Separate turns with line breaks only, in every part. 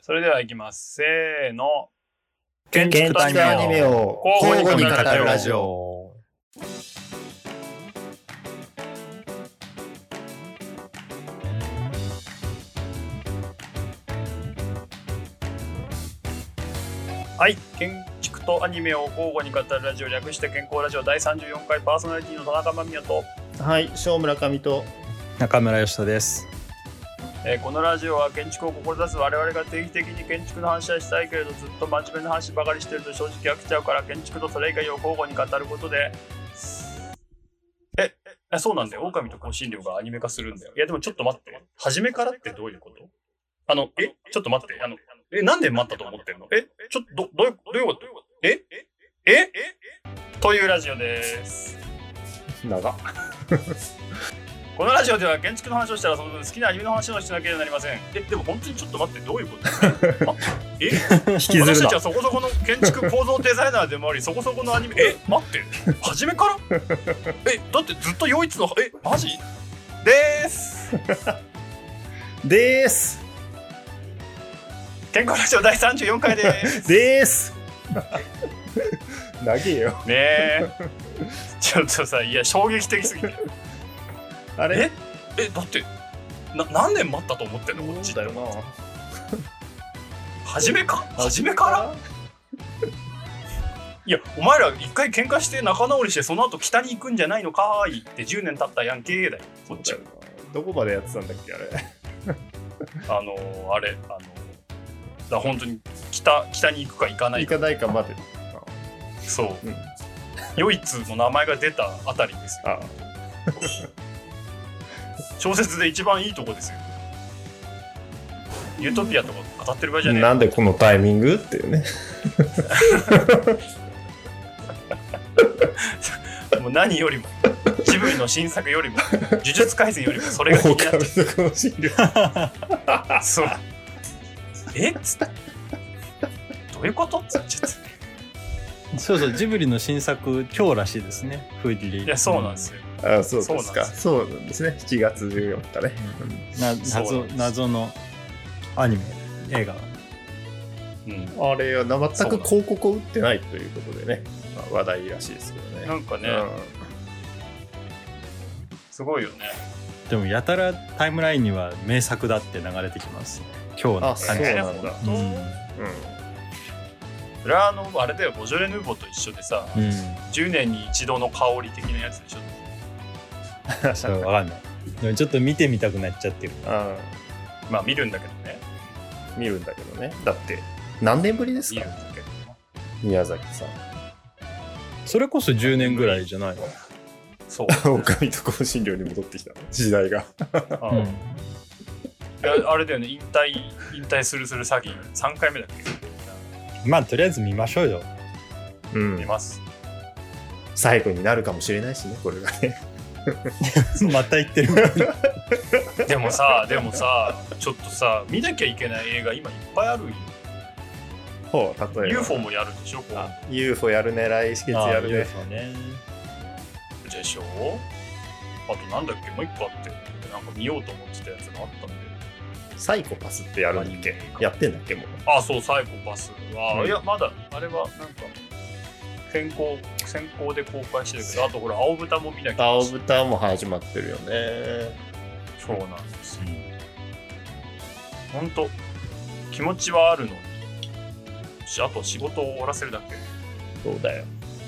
それでは行きます。せーの。
建築とアニメを交互に語るラジオ。
はい、建築とアニメを交互に語るラジオ、略して健康ラジオ第34回、パーソナリティの田中間宮と、
はい、正村上と
中村義人です。
このラジオは建築を志す我々が定期的に建築の話はしたいけれどずっと真面目な話ばかりしてると正直飽きちゃうから、建築とそれ以外を交互に語ることでそうなんだよ、狼と香辛料がアニメ化するんだよ。いやでもちょっと待って、初めからってどういうこと？ちょっと待って、なんで待ったと思ってんの？ちょっとどういうこと？というラジオです。
長っ
このラジオでは建築の話をしたらその分好きなアニメの話をしなければなりません。でも本当にちょっと待って、どういうこと
引きずるな。
私たちはそこそこの建築構造デザイナーでもあり、そこそこのアニメ、待って、初めからだってずっと唯一の、マジでーす
でーす
健康ラジオ第34回でーす
でーす長えよ
ねえちょっとさ、いや衝撃的すぎて
あれ
だって何年待ったと思ってんのこっち
だよな。
初めからいやお前ら一回喧嘩して仲直りしてその後北に行くんじゃないのかーいって10年経ったやんけーだよこっちは。
どこまでやってたんだっけあれ
だ本当に北に行くか行かないか
まで。
そう、唯一の名前が出たあたりですよ。小説で一番いいとこですよ。ユートピアとか語ってる場合じゃねえ。
なんでこのタイミングっていうね
もう何よりもジブリの新作よりも呪術廻戦よりもそれが気になっちゃうそうつってどういうことつっちゃって
そうジブリの新作今日らしいですね。
いやそうなんですよ。
そうですか。そうなんですね。7月14日ね。
謎のアニメ映画。
あれは全く広告を打ってないということでね、話題らしいですけどね。
なんかね、すごいよね。
でもやたらタイムラインには名作だって流れてきます。今日の
そうなんだ。
それはあれだよ、ボジョレ・ヌーボーと一緒でさ、10年に一度の香り的なやつでしょ。
そう分かんない。でもちょっと見てみたくなっちゃってる。
まあ見るんだけどね。
だって何年ぶりですか？
見るんだけど
宮崎さん。
それこそ10年ぐらいじゃないの？
そう。
狼と香辛料に戻ってきた時代が。
いやあれだよね、引退する詐欺3回目だっけ？
まあとりあえず見ましょうよ。
見ます。
最後になるかもしれないしね、これがね。
また言ってる。
でもさちょっとさ見なきゃいけない映画今いっぱいあるよ。
例えば
UFO もやるでしょ。
UFO やるね、来月やるね。
UFO ね。
でしょ。あとなんだっけ、もう一個あってなんか見ようと思ってたやつがあったんで。
サイコパスってやるんだっけ？やってんだっけもう。
そうサイコパスは、いやまだあれはなんか先行で公開してるけど、あとほら青豚も見なきゃ。
青豚も始まってるよね。
そうなんですよ。ほんと気持ちはあるのに、あと仕事を終わらせるだけ。
そうだよ。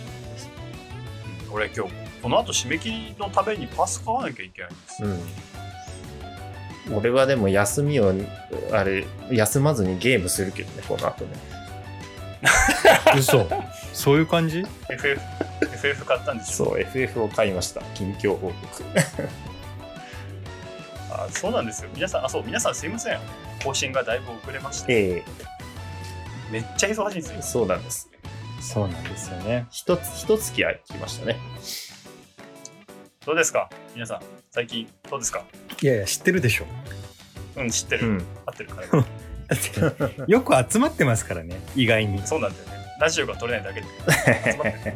俺今日この後締め切りのためにパス買わなきゃいけないんです。
俺はでも休みを休まずにゲームするけどね、この後ね。
嘘。そういう感じ？
FF 買ったんでしょ。
そう FF を買いました。近況報告。
そうなんですよ。皆さんすいません。更新がだいぶ遅れました。めっちゃ忙しいんですよ。
そうなんです。
そうなんですよね。
一月空きましたね。
どうですか皆さん、最近どうですか？
いや知ってるでしょ。
知ってる。合ってるから。
だってよく集まってますからね、意外に。
そうなんだよね。ラジオが撮れないだけで集まってる。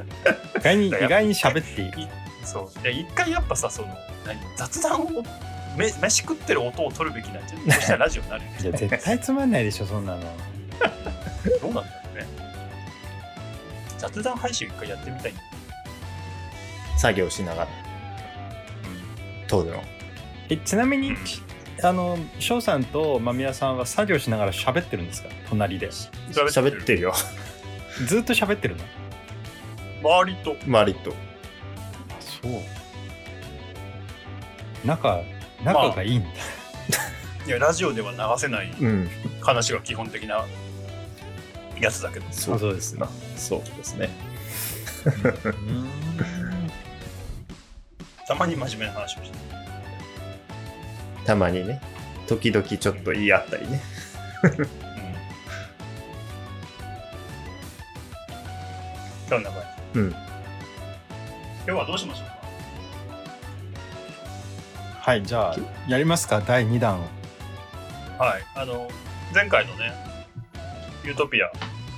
意外に喋っていい。
そう。一回やっぱさ、雑談を飯食ってる音を取るべきなんじゃない？そしたらラジオになるよ。
いや絶対つまんないでしょそんなの。
どうなんだろうね。雑談配信一回やってみたいんだ。
作業しながら撮るの。
ちなみに翔さんと間宮さんは作業しながら喋ってるんですか？隣で
喋ってるよ。
ずっと喋ってるの？
周りと
そう仲がいいんだ、
いやラジオでは流せない話が基本的なやつだけど、
そうですね。
そうですね。
たまに真面目な話をして、
たまにね、時々ちょっと言い合ったりね。
そんな感じ。今日はどうしましょうか。
はい、じゃあやりますか、第2弾を。
はい、前回のねユートピア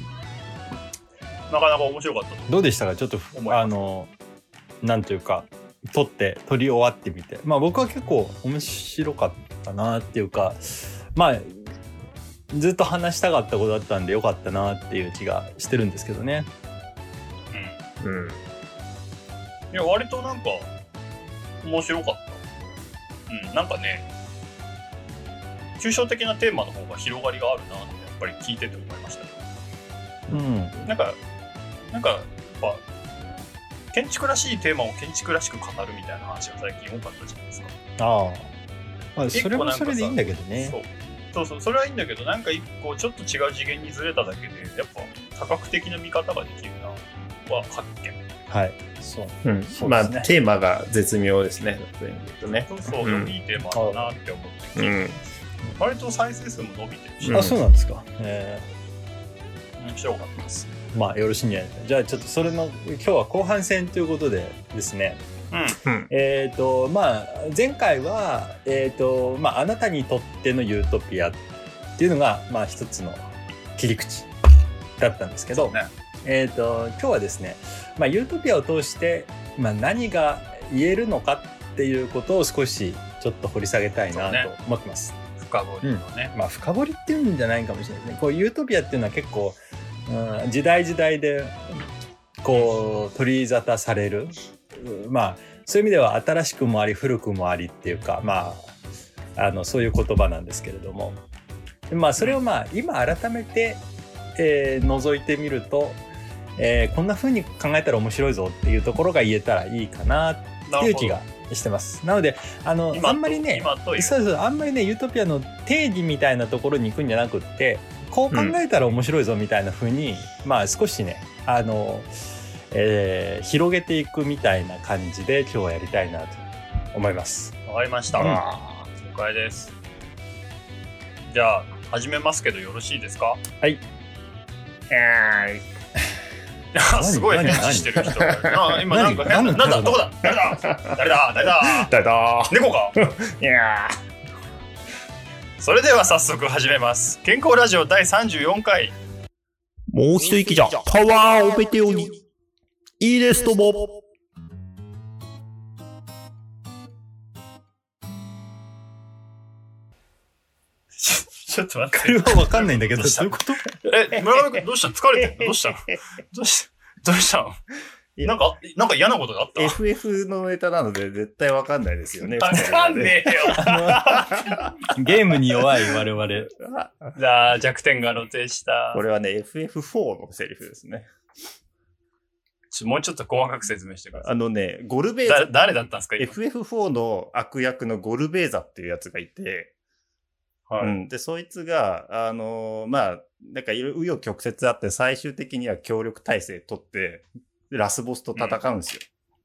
なかなか面白かったと。
どうでしたか？ちょっとなんというか撮り終わってみて、まあ僕は結構面白かったなっていうか、まあずっと話したかったことだったんでよかったなっていう気がしてるんですけどね。
いや割となんか面白かった。なんかね抽象的なテーマの方が広がりがあるなってやっぱり聞いてて思いましたね。なんかやっぱ建築らしいテーマを建築らしく語るみたいな話が最近多かったじゃないですか。
まあそれもそれでいいんだけどね。
そうそれはいいんだけど、なんか一個ちょっと違う次元にずれただけでやっぱ多角的な見方ができるなは発見。
はい、そうですね。
まあテーマが絶妙ですね。そういう意味で言うとね。
そういいテーマだなって思って聞いて、割と再生数も伸びてるし。
そうなんですか。
面白かったです。
まあよろしいんじゃないですか。じゃあちょっとそれの今日は後半戦ということでですね。まあ前回はまああなたにとってのユートピアっていうのがまあ一つの切り口だったんですけど、今日はですね、まあユートピアを通してまあ何が言えるのかっていうことを少しちょっと掘り下げたいなと思ってます。
深掘りのね。
まあ深掘りっていうんじゃないかもしれないですね。こうユートピアっていうのは結構時代でこう取り沙汰される、まあそういう意味では新しくもあり古くもありっていうか、まあそういう言葉なんですけれども、まあそれをまあ今改めて、覗いてみると、こんな風に考えたら面白いぞっていうところが言えたらいいかなっていう気がしてます。なのであんまりねあんまりねユートピアの定義みたいなところに行くんじゃなくって、こう考えたら面白いぞみたいな風に、まあ少しね広げていくみたいな感じで今日はやりたいなと思います。
わかりました。了解です。じゃあ始めますけどよろしいですか？
はい。
すごい返事してる人が今なんか変な、なんだどこだ誰だ猫かいやそれでは早速始めます。健康ラジオ第34回。
もう一息じゃパワーをべておにいいですとも。
ちょっと待って。
これは分かんないんだけど、どういうこと？
村上君どうしたの？疲れてるの？どうしたの？なんか嫌なことがあった？
FF のネタなので絶対わかんないですよね。
わかんねえよ。
ゲームに弱い我々。
じゃあ弱点が露呈した。
これはね FF4 のセリフですね。
もうちょっと細かく説明してください。
ゴルベーザ。
誰だったんですか？
FF4 の悪役のゴルベーザっていうやつがいて、でそいつがまあなんか紆余曲折あって最終的には協力体制取ってラスボスと戦うんですよ。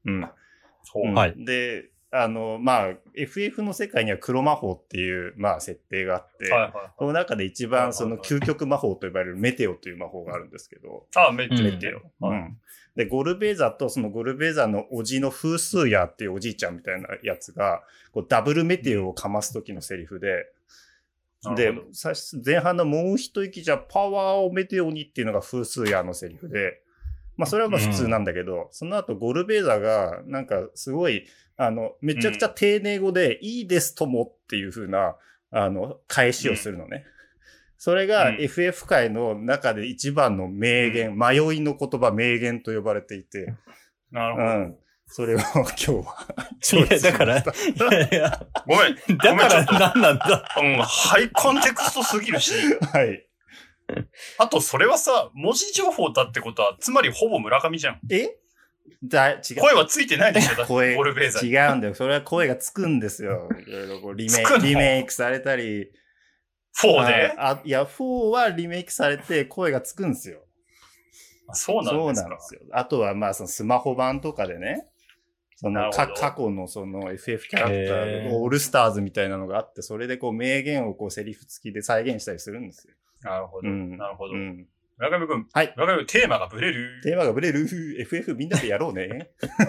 でまあ FF の世界には黒魔法っていうまあ設定があって、その中で一番その究極魔法と呼ばれるメテオという魔法があるんですけど、
メテオ。
でゴルベーザとそのゴルベーザのおじの風数ヤっていうおじいちゃんみたいなやつがこうダブルメテオをかます時のセリフで。で、前半のもう一息じゃパワーをメテオにっていうのが風数ヤのセリフで、 まあそれはまあ普通なんだけど、その後ゴルベーザがなんかすごい、めちゃくちゃ丁寧語で、いいですともっていう風な、返しをするのね。それが FF 界の中で一番の名言、迷いの言葉名言と呼ばれていて。
なるほど。
それを今日は。
いや、だから、いや、
ごめん。
だから何なんだ。
ハイコンテクストすぎるし。
はい。
あと、それはさ、文字情報だってことは、つまりほぼ村上じゃん。
違う。
声はついてないでしょ、だって。
声、
ゴルベーザ。
違うんだよ。それは声がつくんですよ。いろいろこうリメイクされたり。
4で
いや、4はリメイクされて声がつくんですよ。
そうなんですか。
そうなんですよ。あとはまあ、そのスマホ版とかでね、その過去のその FF キャラクター、オールスターズみたいなのがあって、それでこう名言をこうセリフ付きで再現したりするんですよ。
なるほど。なるほど。
村
上くん。
はい。
村上くん、テーマがブレる。
テーマがブレる。FF みんなでやろうね。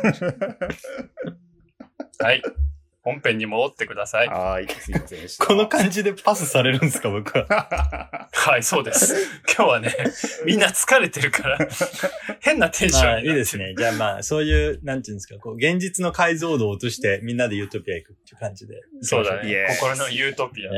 はい。本編に戻ってください。
はい。すいませんでした。
この感じでパスされるんですか、僕
は。はい、そうです。今日はね、みんな疲れてるから、変なテンションになって。
いいですね。じゃあまあ、そういう、なんていうんですか、こう、現実の解像度を落として、みんなでユートピア行くっていう感じで。
そうだね。
Yes.
心のユートピア。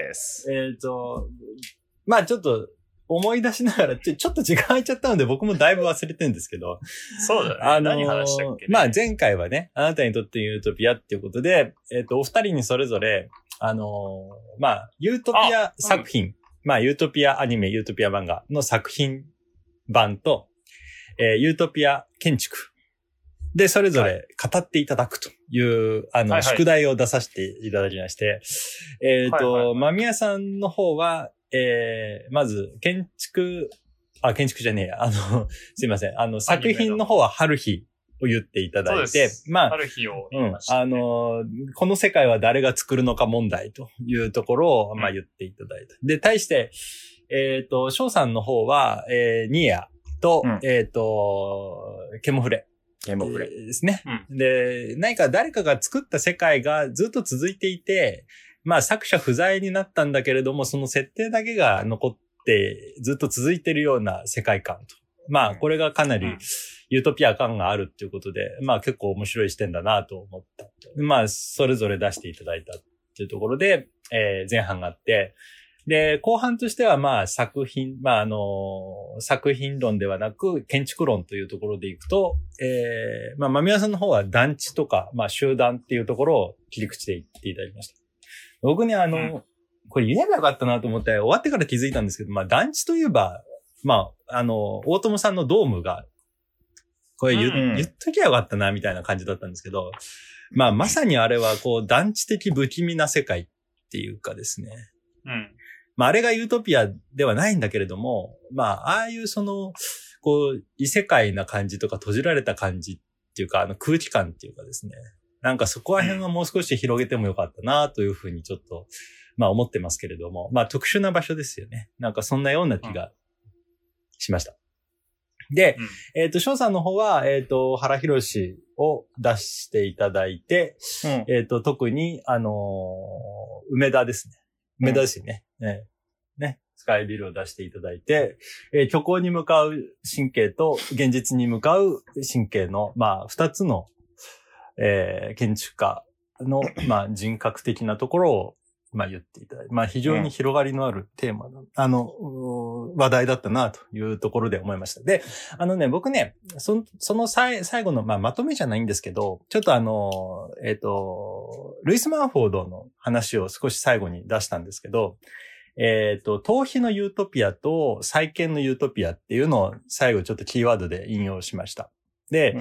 Yes.
まあちょっと、思い出しながら、ちょっと時間空いちゃったので僕もだいぶ忘れてるんですけど。
そうだね。何話したっけね。
まあ前回はね、あなたにとってユートピアっていうことで、お二人にそれぞれ、まあ、ユートピア作品、まあ、ユートピアアニメ、ユートピア漫画の作品版と、ユートピア建築で、それぞれ語っていただくという、宿題を出させていただきまして、間宮さんの方は、まず、建築じゃねえや。すいません。作品の方は春日を言っていただいて、まあ、
春日を言いました、ね。
この世界は誰が作るのか問題というところを、まあ言っていただいた。で、対して、翔さんの方は、ニアと、ケモフレ。
ケモフレ。
ですね。で、何か誰かが作った世界がずっと続いていて、まあ作者不在になったんだけれども、その設定だけが残ってずっと続いているような世界観と。まあこれがかなりユートピア感があるっていうことで、まあ結構面白い視点だなと思った。まあそれぞれ出していただいたっていうところで、前半があって、で、後半としてはまあ作品論ではなく建築論というところでいくと、まあ間宮さんの方は団地とか、まあ集団っていうところを切り口で言っていただきました。僕ね、これ言えばよかったなと思って終わってから気づいたんですけど、まあ団地といえば、まあ、大友さんのドームが、これ言っときゃよかったな、みたいな感じだったんですけど、まあまさにあれはこう団地的不気味な世界っていうかですね。まああれがユートピアではないんだけれども、まあああいうこう異世界な感じとか閉じられた感じっていうか空気感っていうかですね。なんかそこら辺はもう少し広げてもよかったなというふうにちょっと、まあ思ってますけれども、まあ特殊な場所ですよね。なんかそんなような気がしました。で、翔さんの方は、原博士を出していただいて、特に、梅田ですね。梅田ですよね。ね。スカイビルを出していただいて、虚構に向かう神経と現実に向かう神経の、まあ、二つの、建築家の、まあ、人格的なところを、まあ言っていただいて、まあ非常に広がりのあるテーマの、話題だったなというところで思いました。で、僕ね、その最後の、まあまとめじゃないんですけど、ちょっとルイス・マンフォードの話を少し最後に出したんですけど、逃避のユートピアと再建のユートピアっていうのを最後ちょっとキーワードで引用しました。で、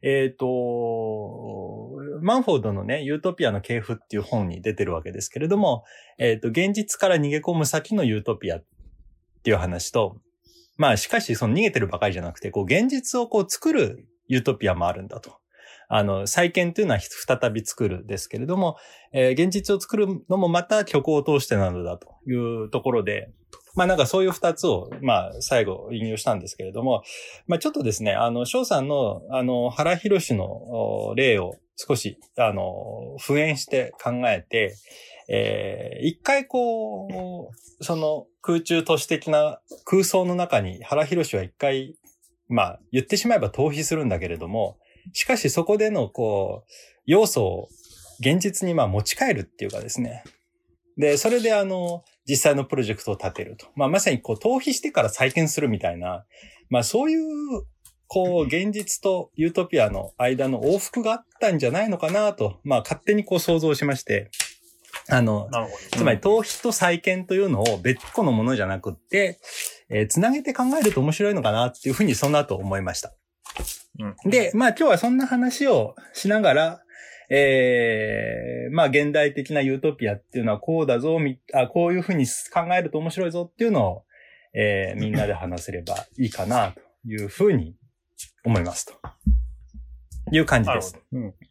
マンフォードのね、ユートピアの系譜っていう本に出てるわけですけれども、現実から逃げ込む先のユートピアっていう話と、まあしかしその逃げてるばかりじゃなくて、こう現実をこう作るユートピアもあるんだと。再建というのは再び作るですけれども、現実を作るのもまた虚構を通してなのだというところで、まあなんかそういう二つを、まあ最後引用したんですけれども、まあちょっとですね、翔さんの、原博の例を少し、復元して考えて、一回こう、その空中都市的な空想の中に原博は一回まあ言ってしまえば逃避するんだけれども、しかしそこでのこう、要素を現実にまあ持ち帰るっていうかですね。で、それで実際のプロジェクトを立てると。まあまさにこう逃避してから再建するみたいな、まあそういうこう現実とユートピアの間の往復があったんじゃないのかなと、まあ勝手にこう想像しまして、
なるほど。
つまり逃避と再建というのを別個のものじゃなくって、つなげて考えると面白いのかなっていうふうにその後思いました。で、まあ今日はそんな話をしながら、まあ現代的なユートピアっていうのはこうだぞ、こういうふうに考えると面白いぞっていうのを、みんなで話せればいいかなというふうに思いますという感じです。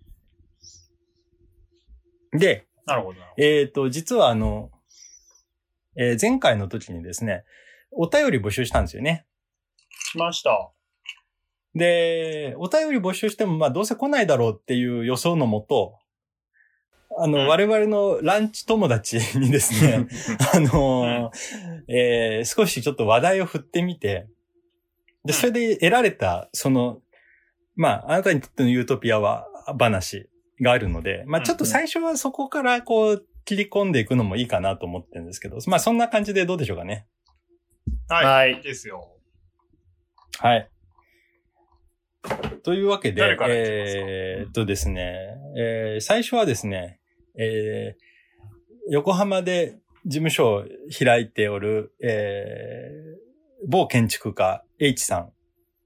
で、
なるほど。
実は前回の時にですね、お便り募集したんですよね。
しました。
で、お便り募集しても、まあ、どうせ来ないだろうっていう予想のもと、我々のランチ友達にですね、少しちょっと話題を振ってみて、で、それで得られた、まあ、あなたにとってのユートピアは話があるので、まあ、ちょっと最初はそこからこう、切り込んでいくのもいいかなと思ってるんですけど、まあ、そんな感じでどうでしょうかね。
はい。いいですよ。
はい。というわけで、ですね、最初はですね、横浜で事務所を開いておる、某建築家 H さん。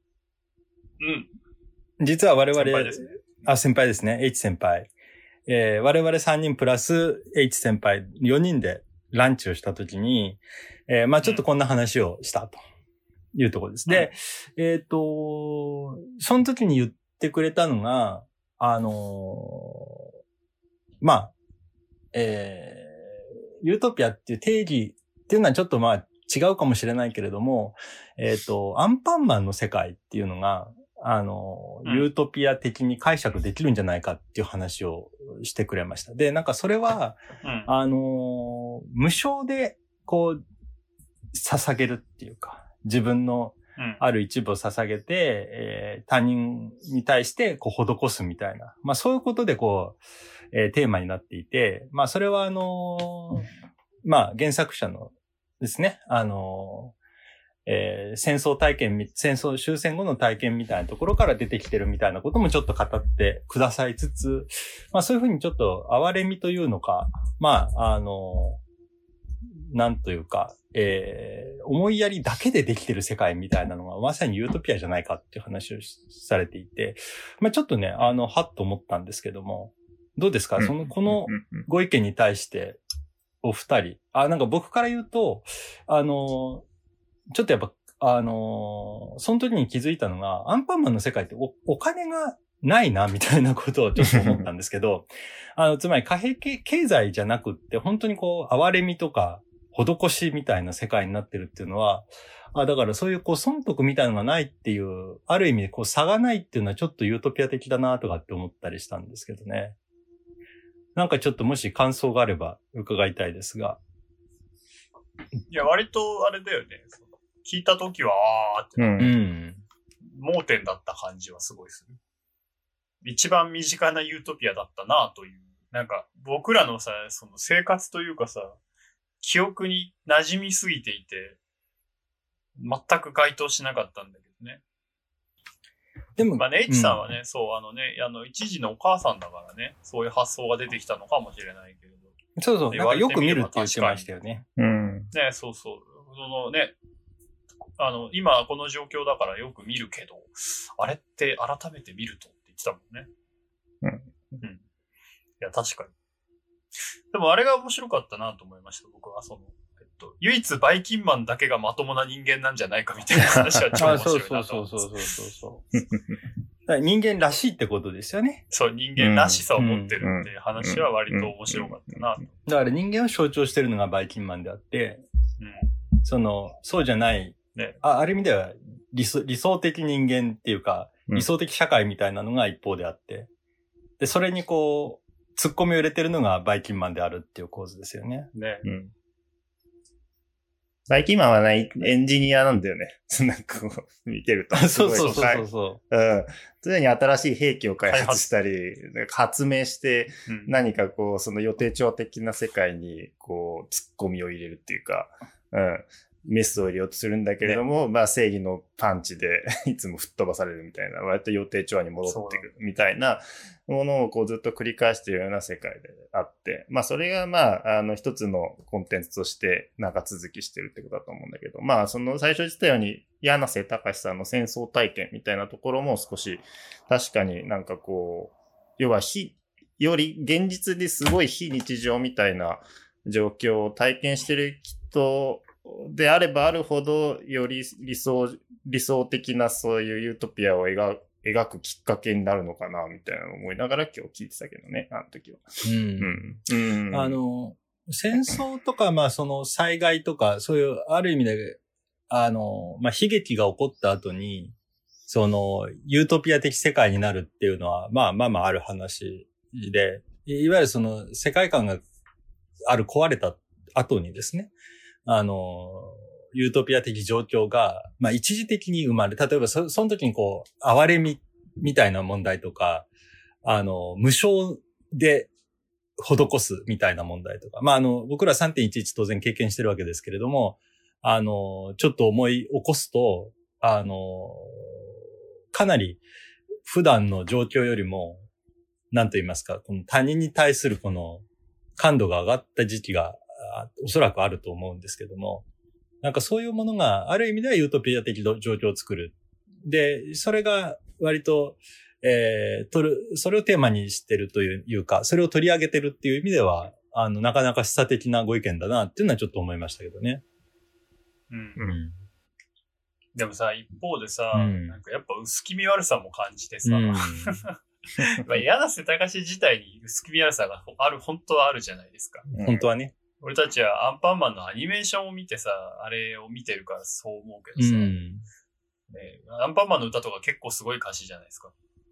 実は我々、先輩ですね、H 先輩。我々3人プラス H 先輩4人でランチをしたときに、まあちょっとこんな話をしたというところです。で、その時に言ってくれたのが、まあ、ユートピアっていう定義っていうのはちょっとまあ違うかもしれないけれども、アンパンマンの世界っていうのが、ユートピア的に解釈できるんじゃないかっていう話をしてくれました。で、なんかそれは、無償でこう、捧げるっていうか、自分のある一部を捧げて、他人に対してこう施すみたいな、まあそういうことでこう、テーマになっていて、まあそれはまあ原作者のですね、戦争終戦後の体験みたいなところから出てきてるみたいなこともちょっと語ってくださいつつ、まあそういうふうにちょっと哀れみというのか、まあなんというか、思いやりだけでできてる世界みたいなのがまさにユートピアじゃないかっていう話をされていて、まあちょっとね、はっと思ったんですけども、どうですか？このご意見に対して、お二人。なんか僕から言うと、ちょっとやっぱ、その時に気づいたのが、アンパンマンの世界ってお金がないな、みたいなことをちょっと思ったんですけど、つまり貨幣経済じゃなくって、本当にこう、哀れみとか、施しみたいな世界になってるっていうのは、だからそういうこう、損得みたいなのがないっていう、ある意味こう、差がないっていうのはちょっとユートピア的だな、とかって思ったりしたんですけどね。なんかちょっともし感想があれば伺いたいですが。
いや、割とあれだよね。聞いたときは、って、盲点だった感じはすごいする。一番身近なユートピアだったなという。なんか、僕らのさ、その生活というかさ、記憶に馴染みすぎていて、全く該当しなかったんだけどね。でも、まあね、H さんはね、そう、一時のお母さんだからね、そういう発想が出てきたのかもしれないけれど。
そうそう、なんかよく見るって言ってましたよね。
ね、そうそう。今この状況だからよく見るけど、あれって改めて見るとって言ってたもんね。いや、確かに。でもあれが面白かったなと思いました、僕は。唯一バイキンマンだけがまともな人間なんじゃないかみたいな話は超面白いなと思って。
そう。人間らしいってことですよね。
そう、人間らしさを持ってるっていう話は割と面白かったなと。
だから人間を象徴してるのがバイキンマンであって、そうじゃない、ね、ある意味では理想的人間っていうか、理想的社会みたいなのが一方であって、で、それにこう、突っ込みを入れてるのがバイキンマンであるっていう構図ですよね。
ね。
最近今はね、エンジニアなんだよね。なんかこう、見てると。
そう。
うん。常に新しい兵器を開発したり、発明して、何かこう、その予定調的な世界に、こう、突っ込みを入れるっていうか、うん。メスを入れようとするんだけれども、まあ正義のパンチでいつも吹っ飛ばされるみたいな、割と予定調和に戻ってくるみたいなものをこうずっと繰り返しているような世界であって、まあそれがまあ、一つのコンテンツとして長続きしてるってことだと思うんだけど、まあその最初言ってたように、柳瀬隆さんの戦争体験みたいなところも少し確かになんかこう、要はより現実ですごい非日常みたいな状況を体験してる人であればあるほど、より理想的なそういうユートピアを描くきっかけになるのかな、みたいなのを思いながら今日聞いてたけどね、あの時は。
戦争とか、まあその災害とか、そういうある意味で、まあ悲劇が起こった後に、そのユートピア的世界になるっていうのは、まあある話で、いわゆるその世界観が壊れた後にですね、ユートピア的状況が、まあ一時的に生まれ、例えばその時にこう、哀れみみたいな問題とか、無償で施すみたいな問題とか、まあ僕ら 3.11 当然経験してるわけですけれども、ちょっと思い起こすと、かなり普段の状況よりも、なんと言いますか、この他人に対するこの感度が上がった時期がおそらくあると思うんですけども、なんかそういうものがある意味ではユートピア的状況を作る。で、それが割と、それをテーマにしてるというか、それを取り上げてるっていう意味では、なかなか示唆的なご意見だなっていうのはちょっと思いましたけどね。
でもさ、一方でさ、なんかやっぱ薄気味悪さも感じてさ、まあ、柳瀬隆自体に薄気味悪さが本当はあるじゃないですか。
本当はね。
俺たちはアンパンマンのアニメーションを見てさ、あれを見てるからそう思うけどさ、アンパンマンの歌とか結構すごい歌詞じゃないですか。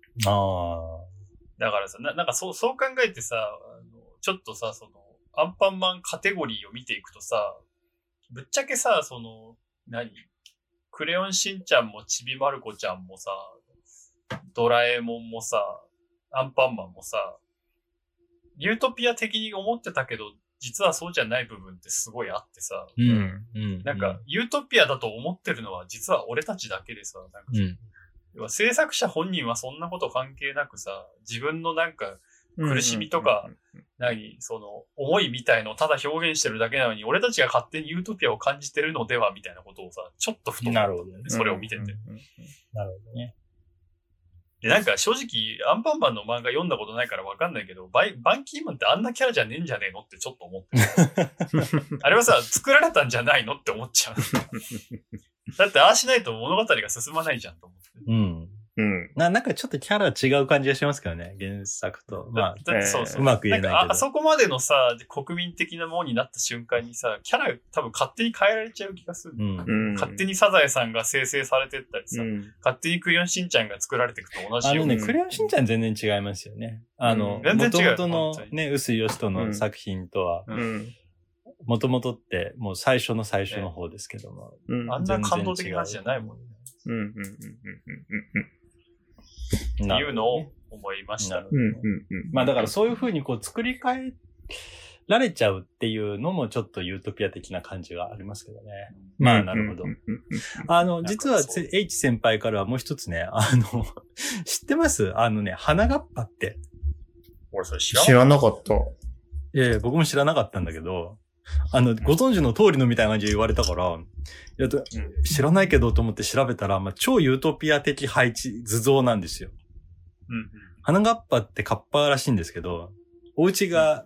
だからさ、なんかそう考えてさ、ちょっとさ、その、アンパンマンカテゴリーを見ていくとさ、ぶっちゃけさ、その、クレヨンしんちゃんもちびまる子ちゃんもさ、ドラえもんもさ、アンパンマンもさ、ユートピア的に思ってたけど、実はそうじゃない部分ってすごいあってさ、なんかユートピアだと思ってるのは実は俺たちだけでさ、なんか要は制作者本人はそんなこと関係なくさ、自分のなんか苦しみとか、その思いみたいのをただ表現してるだけなのに、俺たちが勝手にユートピアを感じてるのではみたいなことをさ、ちょっとふと思ったんだよね、それを見てて。
なるほどね。
で、なんか正直、アンパンマンの漫画読んだことないからわかんないけど、バンキーマンってあんなキャラじゃねえんじゃねえのってちょっと思ってる。あれはさ、作られたんじゃないのって思っちゃう。だってああしないと物語が進まないじゃんと思って。
なんかちょっとキャラ違う感じがしますけどね、原作と。まあ、
そう
うまく言えないけど。
あそこまでのさ、国民的なものになった瞬間にさ、キャラ多分勝手に変えられちゃう気がする。勝手にサザエさんが生成されてったりさ、勝手にクレヨンしんちゃんが作られていくと同じように。
クレヨンしんちゃん全然違いますよね。
全然違う。
元々のね、臼井義人の作品とは、もともとってもう最初の方ですけども。
あんな感動的な話じゃないもんね。っていうのを思いました。
まあだからそういう風にこう作り変えられちゃうっていうのもちょっとユートピア的な感じがありますけどね。まあなるほど。実はH 先輩からはもう一つね、知ってます？花がっぱって。
俺それ
知らなかった。
いや僕も知らなかったんだけど、ご存知の通りのみたいな感じで言われたから、知らないけどと思って調べたら、超ユートピア的配置、図像なんですよ。花がっぱってカッパらしいんですけど、お家が、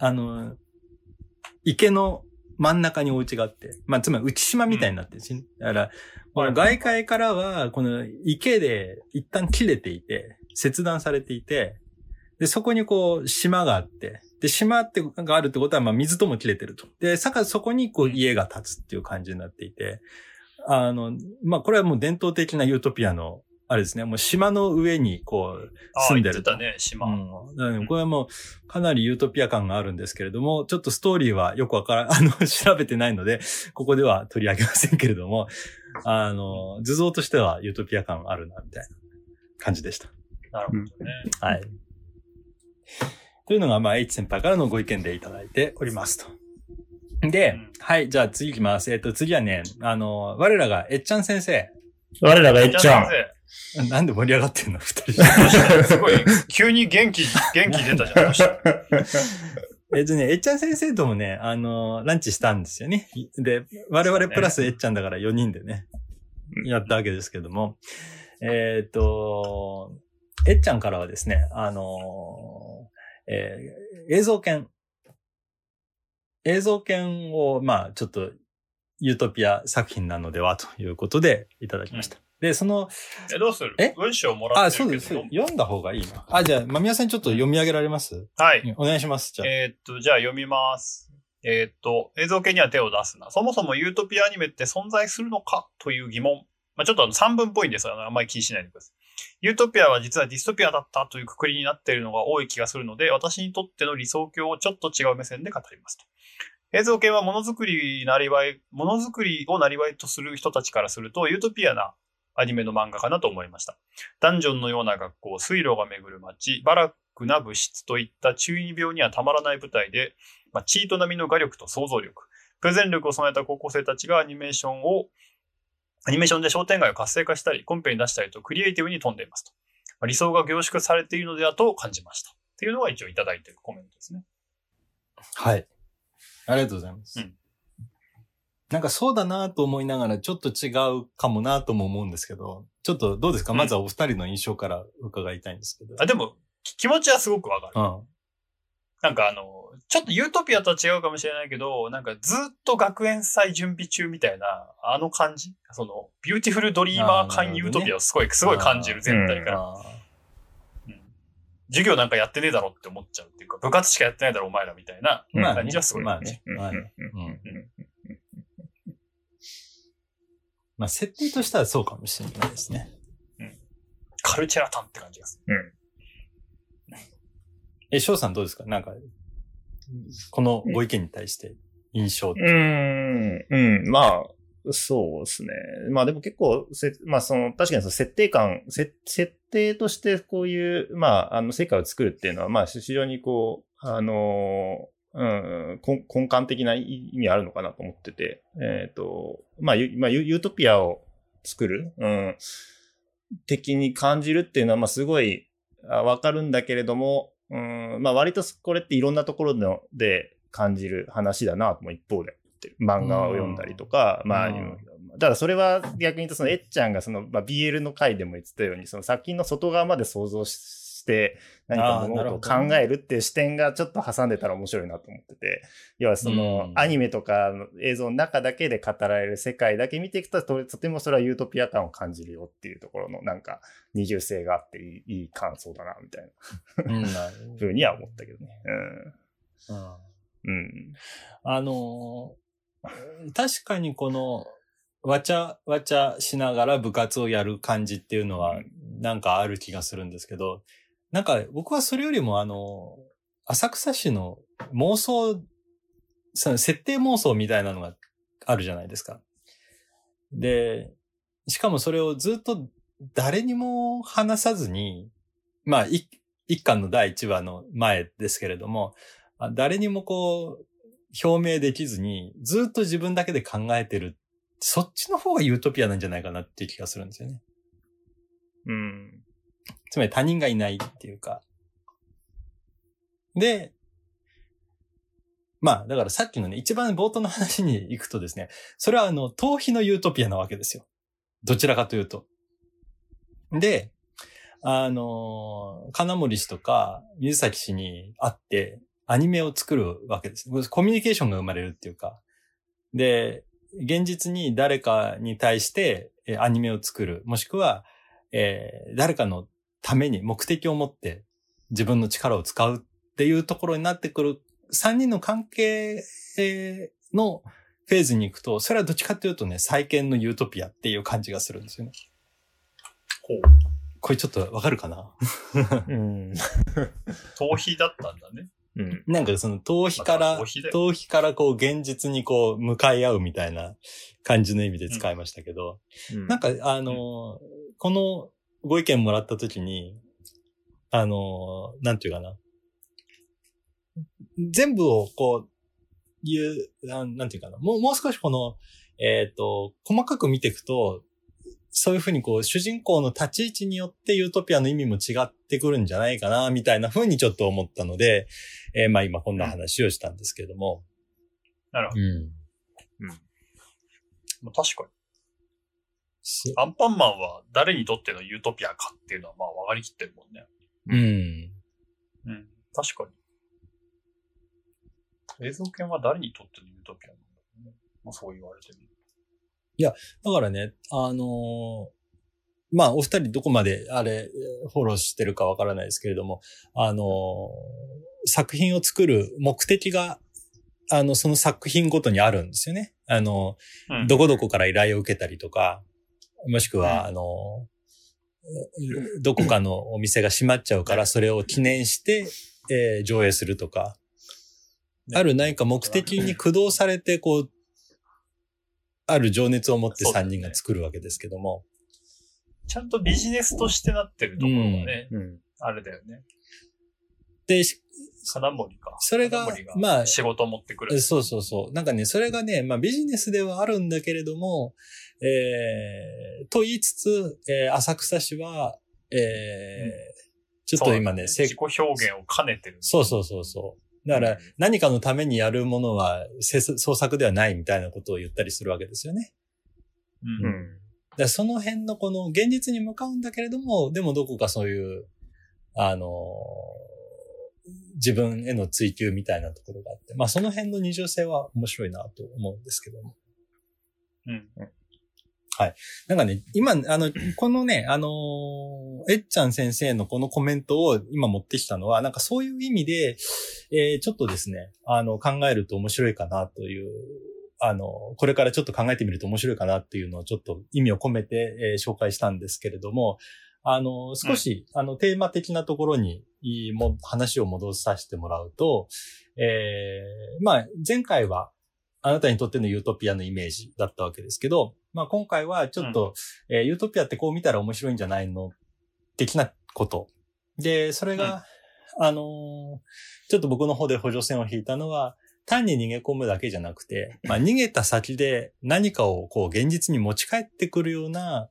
池の真ん中にお家があって、つまり内島みたいになってるんですよね。だから、この外界からは、この池で一旦切れていて、切断されていて、で、そこにこう、島があって、で、島があるってことは、水とも切れてると。で、そこにこう、家が建つっていう感じになっていて、これはもう伝統的なユートピアの、 あれですね、もう島の上にこう住んでると。
言ってたね、島。
だからこれはもうかなりユートピア感があるんですけれども、ちょっとストーリーはよく調べてないので、ここでは取り上げませんけれども、図像としてはユートピア感あるな、みたいな感じでした。
なるほどね。
はい。というのが、まあ、H 先輩からのご意見でいただいておりますと。で、はい、じゃあ次行きます。次はね、我らがえっちゃん先生。
我らがえっちゃん。
なんで盛り上がってんの二人。
すごい、急に元気出たじゃん。
えっちゃん先生ともね、ランチしたんですよね。で、我々プラスえっちゃんだから4人でね、やったわけですけども。えっちゃんからはですね、映像研を、まあ、ちょっと、ユートピア作品なのではということでいただきました。で、
どうする？文章もらってるけど。
そうです。読んだ方がいいな。じゃあ、まみやさんちょっと読み上げられます？
はい。
お願いします。
じゃあ読みます。映像系には手を出すな。そもそもユートピアアニメって存在するのかという疑問。まあ、ちょっと3分っぽいんですが、あんまり気にしないでください。ユートピアは実はディストピアだったという括りになっているのが多い気がするので、私にとっての理想郷をちょっと違う目線で語りますと。映像系はものづくりをなりわいとする人たちからするとユートピアなアニメの漫画かなと思いました。ダンジョンのような学校、水路が巡る街、バラックな物質といった中二病にはたまらない舞台で、チート並みの画力と想像力、プレゼン力を備えた高校生たちがアニメーションで商店街を活性化したり、コンペに出したりとクリエイティブに富んでいますと。理想が凝縮されているのではと感じました。っていうのが一応いただいているコメントですね。
はい。ありがとうございます。なんかそうだなと思いながらちょっと違うかもなとも思うんですけど、ちょっとどうですか？まずはお二人の印象から伺いたいんですけど。
でも、気持ちはすごくわかる。なんかちょっとユートピアとは違うかもしれないけど、なんかずっと学園祭準備中みたいな、感じ？ビューティフルドリーマー感ユートピアをすごい感じる、全体から。授業なんかやってねえだろって思っちゃうっていうか、部活しかやってないだろお前らみたいな感じはすごい。
設定としてはそうかもしれないですね。
カルチェラタンって感じがする。
翔さんどうですか？なんか、このご意見に対して印象って。
まあ、そうですね。まあでも結構、確かに設定としてこういう、世界を作るっていうのは、非常にこう、根幹的な意味あるのかなと思ってて、ユートピアを作る、的に感じるっていうのは、すごいわかるんだけれども、割とこれっていろんなところで感じる話だなとも一方で。漫画を読んだりとか、ただそれは逆に言うとえっちゃんがBL の回でも言ってたように、作品の外側まで想像して何か物事を考えるっていう視点がちょっと挟んでたら面白いなと思ってて、要はアニメとか映像の中だけで語られる世界だけ見ていくと、とてもそれはユートピア感を感じるよっていうところのなんか二重性があっていい感想だなみたいなふうには思ったけどね。
確かにこのわちゃわちゃしながら部活をやる感じっていうのはなんかある気がするんですけど、なんか僕はそれよりも浅草市の妄想、設定妄想みたいなのがあるじゃないですか。で、しかもそれをずっと誰にも話さずに、一巻の第1話の前ですけれども、誰にもこう、表明できずに、ずっと自分だけで考えてる。そっちの方がユートピアなんじゃないかなっていう気がするんですよね。つまり他人がいないっていうか。で、だからさっきのね、一番冒頭の話に行くとですね、それは逃避のユートピアなわけですよ。どちらかというと。で、金森氏とか水崎氏に会って、アニメを作るわけです。コミュニケーションが生まれるっていうか。で、現実に誰かに対してアニメを作る。もしくは、誰かのために目的を持って自分の力を使うっていうところになってくる3人の関係のフェーズに行くと、それはどっちかというとね、再建のユートピアっていう感じがするんですよね。
ほう。
これちょっとわかるかな？
うん。
逃避だったんだね。
うん。
なんかその逃避からこう現実にこう向かい合うみたいな感じの意味で使いましたけど、なんかこのご意見もらったときに、なんていうかな。全部をこうなんていうかな。もう少しこの、細かく見ていくと、そういうふうにこう主人公の立ち位置によってユートピアの意味も違ってくるんじゃないかな、みたいなふうにちょっと思ったので、まあ今こんな話をしたんですけども。
なるほど。うん。確かに。アンパンマンは誰にとってのユートピアかっていうのはまあ分かりきってるもんね。うん。確かに。映像犬は誰にとってのユートピアなんだろうね。まあそう言われてみる。
いや、だからね、まあ、お二人どこまでフォローしてるかわからないですけれども、作品を作る目的が、その作品ごとにあるんですよね。どこどこから依頼を受けたりとか、もしくは、どこかのお店が閉まっちゃうから、それを記念して、上映するとか、ある何か目的に駆動されて、こう、ある情熱を持って3人が作るわけですけども。
ちゃんとビジネスとしてなってるところがね、あれだよね。
で、
金森か。
それが、まあ、
仕事を持ってくる。
そうそうそう。なんかね、それがね、まあビジネスではあるんだけれども、と言いつつ、浅草市は、ちょっと今ね、
自己表現を兼ねてる。
そうそうそうそう。だから何かのためにやるものは創作ではないみたいなことを言ったりするわけですよね。だからその辺のこの現実に向かうんだけれども、でもどこかそういう、自分への追求みたいなところがあって、まあその辺の二重性は面白いなと思うんですけども。はい。なんかね、今、このね、えっちゃん先生のこのコメントを今持ってきたのは、なんかそういう意味で、ちょっとですね、考えると面白いかなという、これからちょっと考えてみると面白いかなっていうのをちょっと意味を込めて、紹介したんですけれども、少し、テーマ的なところに、話を戻させてもらうと、まあ、前回は、あなたにとってのユートピアのイメージだったわけですけど、まあ今回はちょっと、ユートピアってこう見たら面白いんじゃないの的なこと。で、それが、ちょっと僕の方で補助線を引いたのは、単に逃げ込むだけじゃなくて、まあ逃げた先で何かをこう現実に持ち帰ってくるような、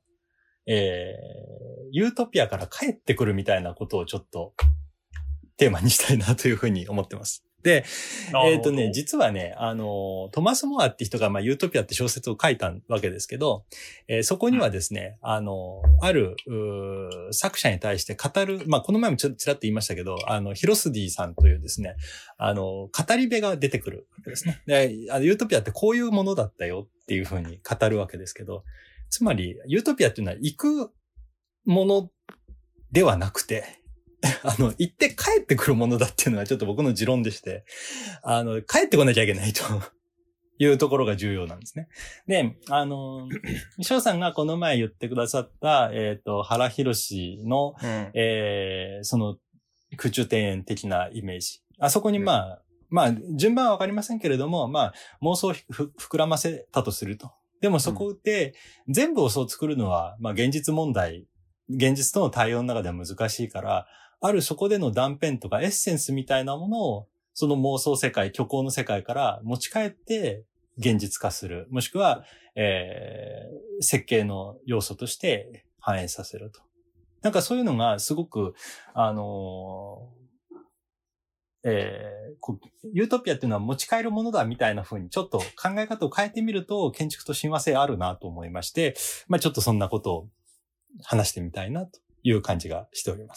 ユートピアから帰ってくるみたいなことをちょっとテーマにしたいなというふうに思ってます。で、実はね、トマス・モアって人が、まあ、ユートピアって小説を書いたわけですけど、そこにはですね、ある、作者に対して語る、まあ、この前もちらっと言いましたけど、ヒロスディさんというですね、語り部が出てくるわけですね。で、ユートピアってこういうものだったよっていうふうに語るわけですけど、つまり、ユートピアっていうのは行くものではなくて、行って帰ってくるものだっていうのはちょっと僕の持論でして、帰ってこなきゃいけないというところが重要なんですね。で、翔さんがこの前言ってくださった、原博士の、その空中庭園的なイメージ。あそこにまあ、順番はわかりませんけれども、まあ、妄想を膨らませたとすると。でもそこで、全部をそう作るのは、まあ、現実との対応の中では難しいから、あるそこでの断片とかエッセンスみたいなものを、その妄想世界、虚構の世界から持ち帰って現実化する。もしくは、設計の要素として反映させると。なんかそういうのがすごく、ユートピアっていうのは持ち帰るものだみたいな風にちょっと考え方を変えてみると建築と親和性あるなと思いまして、まあちょっとそんなことを話してみたいなという感じがしております。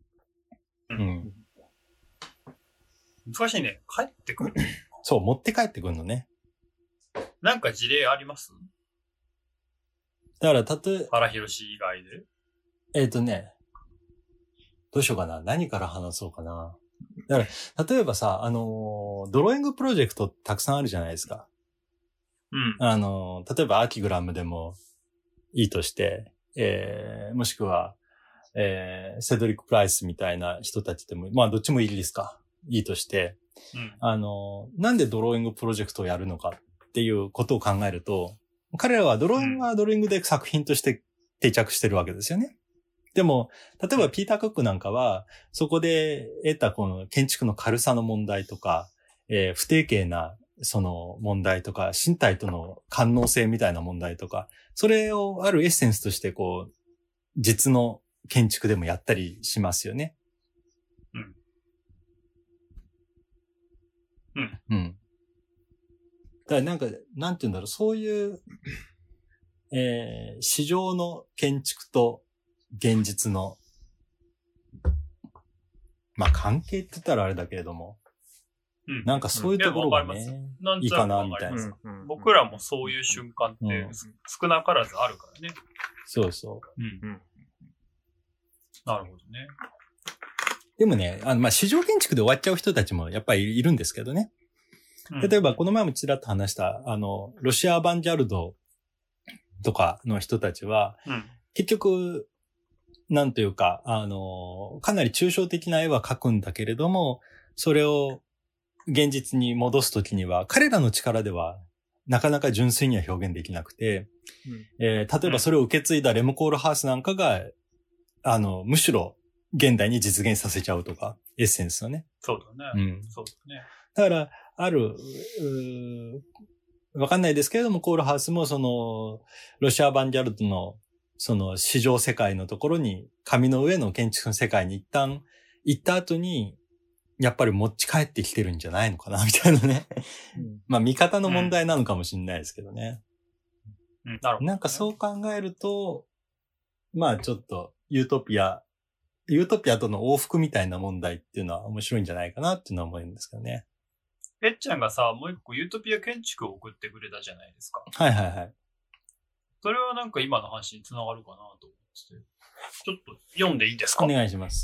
難しいね。帰ってくる。
そう、持って帰ってくるのね。
なんか事例あります？
だから、
原博士以外
で。どうしようかな。何から話そうかな。だから、例えばさ、ドローイングプロジェクトたくさんあるじゃないですか。例えばアーキグラムでもいいとして、 もしくは、セドリック・プライスみたいな人たちでも、まあどっちもいいですか。いいとして、なんでドローイングプロジェクトをやるのかっていうことを考えると、彼らはドローイングはドローイングで作品として定着してるわけですよね。でも、例えばピーター・クックなんかは、そこで得たこの建築の軽さの問題とか、不定形なその問題とか、身体との感応性みたいな問題とか、それをあるエッセンスとしてこう、実の建築でもやったりしますよね。
うん。
うん。だからなんか、なんて言うんだろう、そういう、市場の建築と現実の、まあ関係って言ったらあれだけれども、なんかそういうところがね、いいかな、みたいな。
僕らもそういう瞬間って少なからずあるからね。
そうそう。
なるほどね。
でもね、まあ市場建築で終わっちゃう人たちもやっぱりいるんですけどね。例えばこの前もちらっと話した、ロシア・アバンジャルドとかの人たちは、結局、なんというか、かなり抽象的な絵は描くんだけれども、それを現実に戻すときには、彼らの力ではなかなか純粋には表現できなくて、例えばそれを受け継いだレムコールハウスなんかが、むしろ現代に実現させちゃうとか、エッセンスをね。
そうだね。そうだね。
だから、わかんないですけれども、コールハウスもロシア・アバンジャルドの、市場世界のところに、紙の上の建築の世界に一旦行った後に、やっぱり持ち帰ってきてるんじゃないのかな、みたいなね。まあ、見方の問題なのかもしれないですけどね。
なるほどね。
なんかそう考えると、まあちょっと、ユートピアとの往復みたいな問題っていうのは面白いんじゃないかなっていうのは思うんですけどね。
えっちゃんがさ、もう一個ユートピア建築を送ってくれたじゃないですか。
はいはいはい。
それはなんか今の話につながるかなと思ってて。ちょっと読んでいいですか？
お願いします。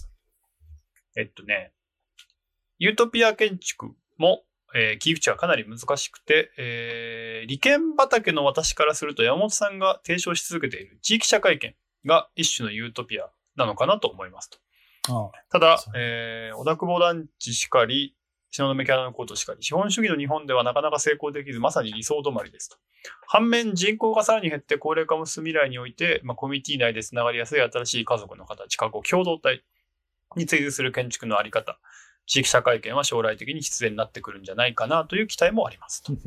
ユートピア建築も、切り口はかなり難しくて、利権畑の私からすると山本さんが提唱し続けている地域社会権が一種のユートピアなのかなと思いますと。ただ、小田久保団地しかり、東雲キャラのことしかり、資本主義の日本ではなかなか成功できず、まさに理想止まりですと。反面、人口がさらに減って高齢化も進む未来において、コミュニティ内でつながりやすい新しい家族の形、共同体に追随する建築のあり方、地域社会権は将来的に必然になってくるんじゃないかなという期待もありますと。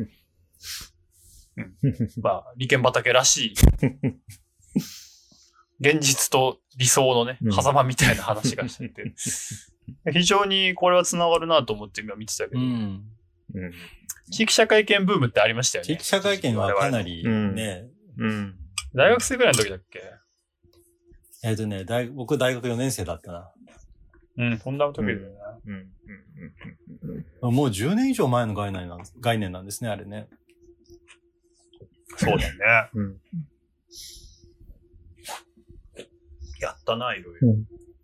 まあ、利権畑らしい、現実と理想のね、狭間みたいな話がしてて、非常にこれは繋がるなと思って今見てたけど、地域社会権ブームってありましたよね。
地域社会権はかなりね、
大学生ぐらいの時だっけ？
僕大学4年生だったな。
そんな時だよね。
もう10年以上前の概念なんですね、あれね。
そうだよね。やったな、いろいろ。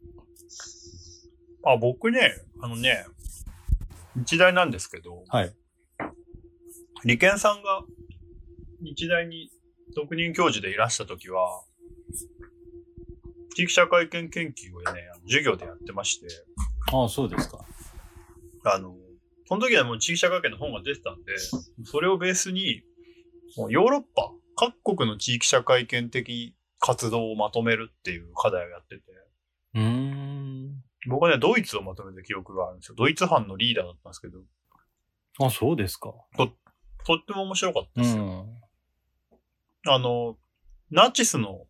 僕ね、日大なんですけど、
はい。
理研さんが日大に特任教授でいらした時は、地域社会権研究をね、授業でやってまして。
ああ、そうですか。
その時はもう地域社会権の本が出てたんで、それをベースに、ヨーロッパ、各国の地域社会権的活動をまとめるっていう課題をやってて。僕はね、ドイツをまとめた記憶があるんですよ。ドイツ班のリーダーだったんですけど。
あ、そうですか。
とっても面白かったですよ。ナチスの、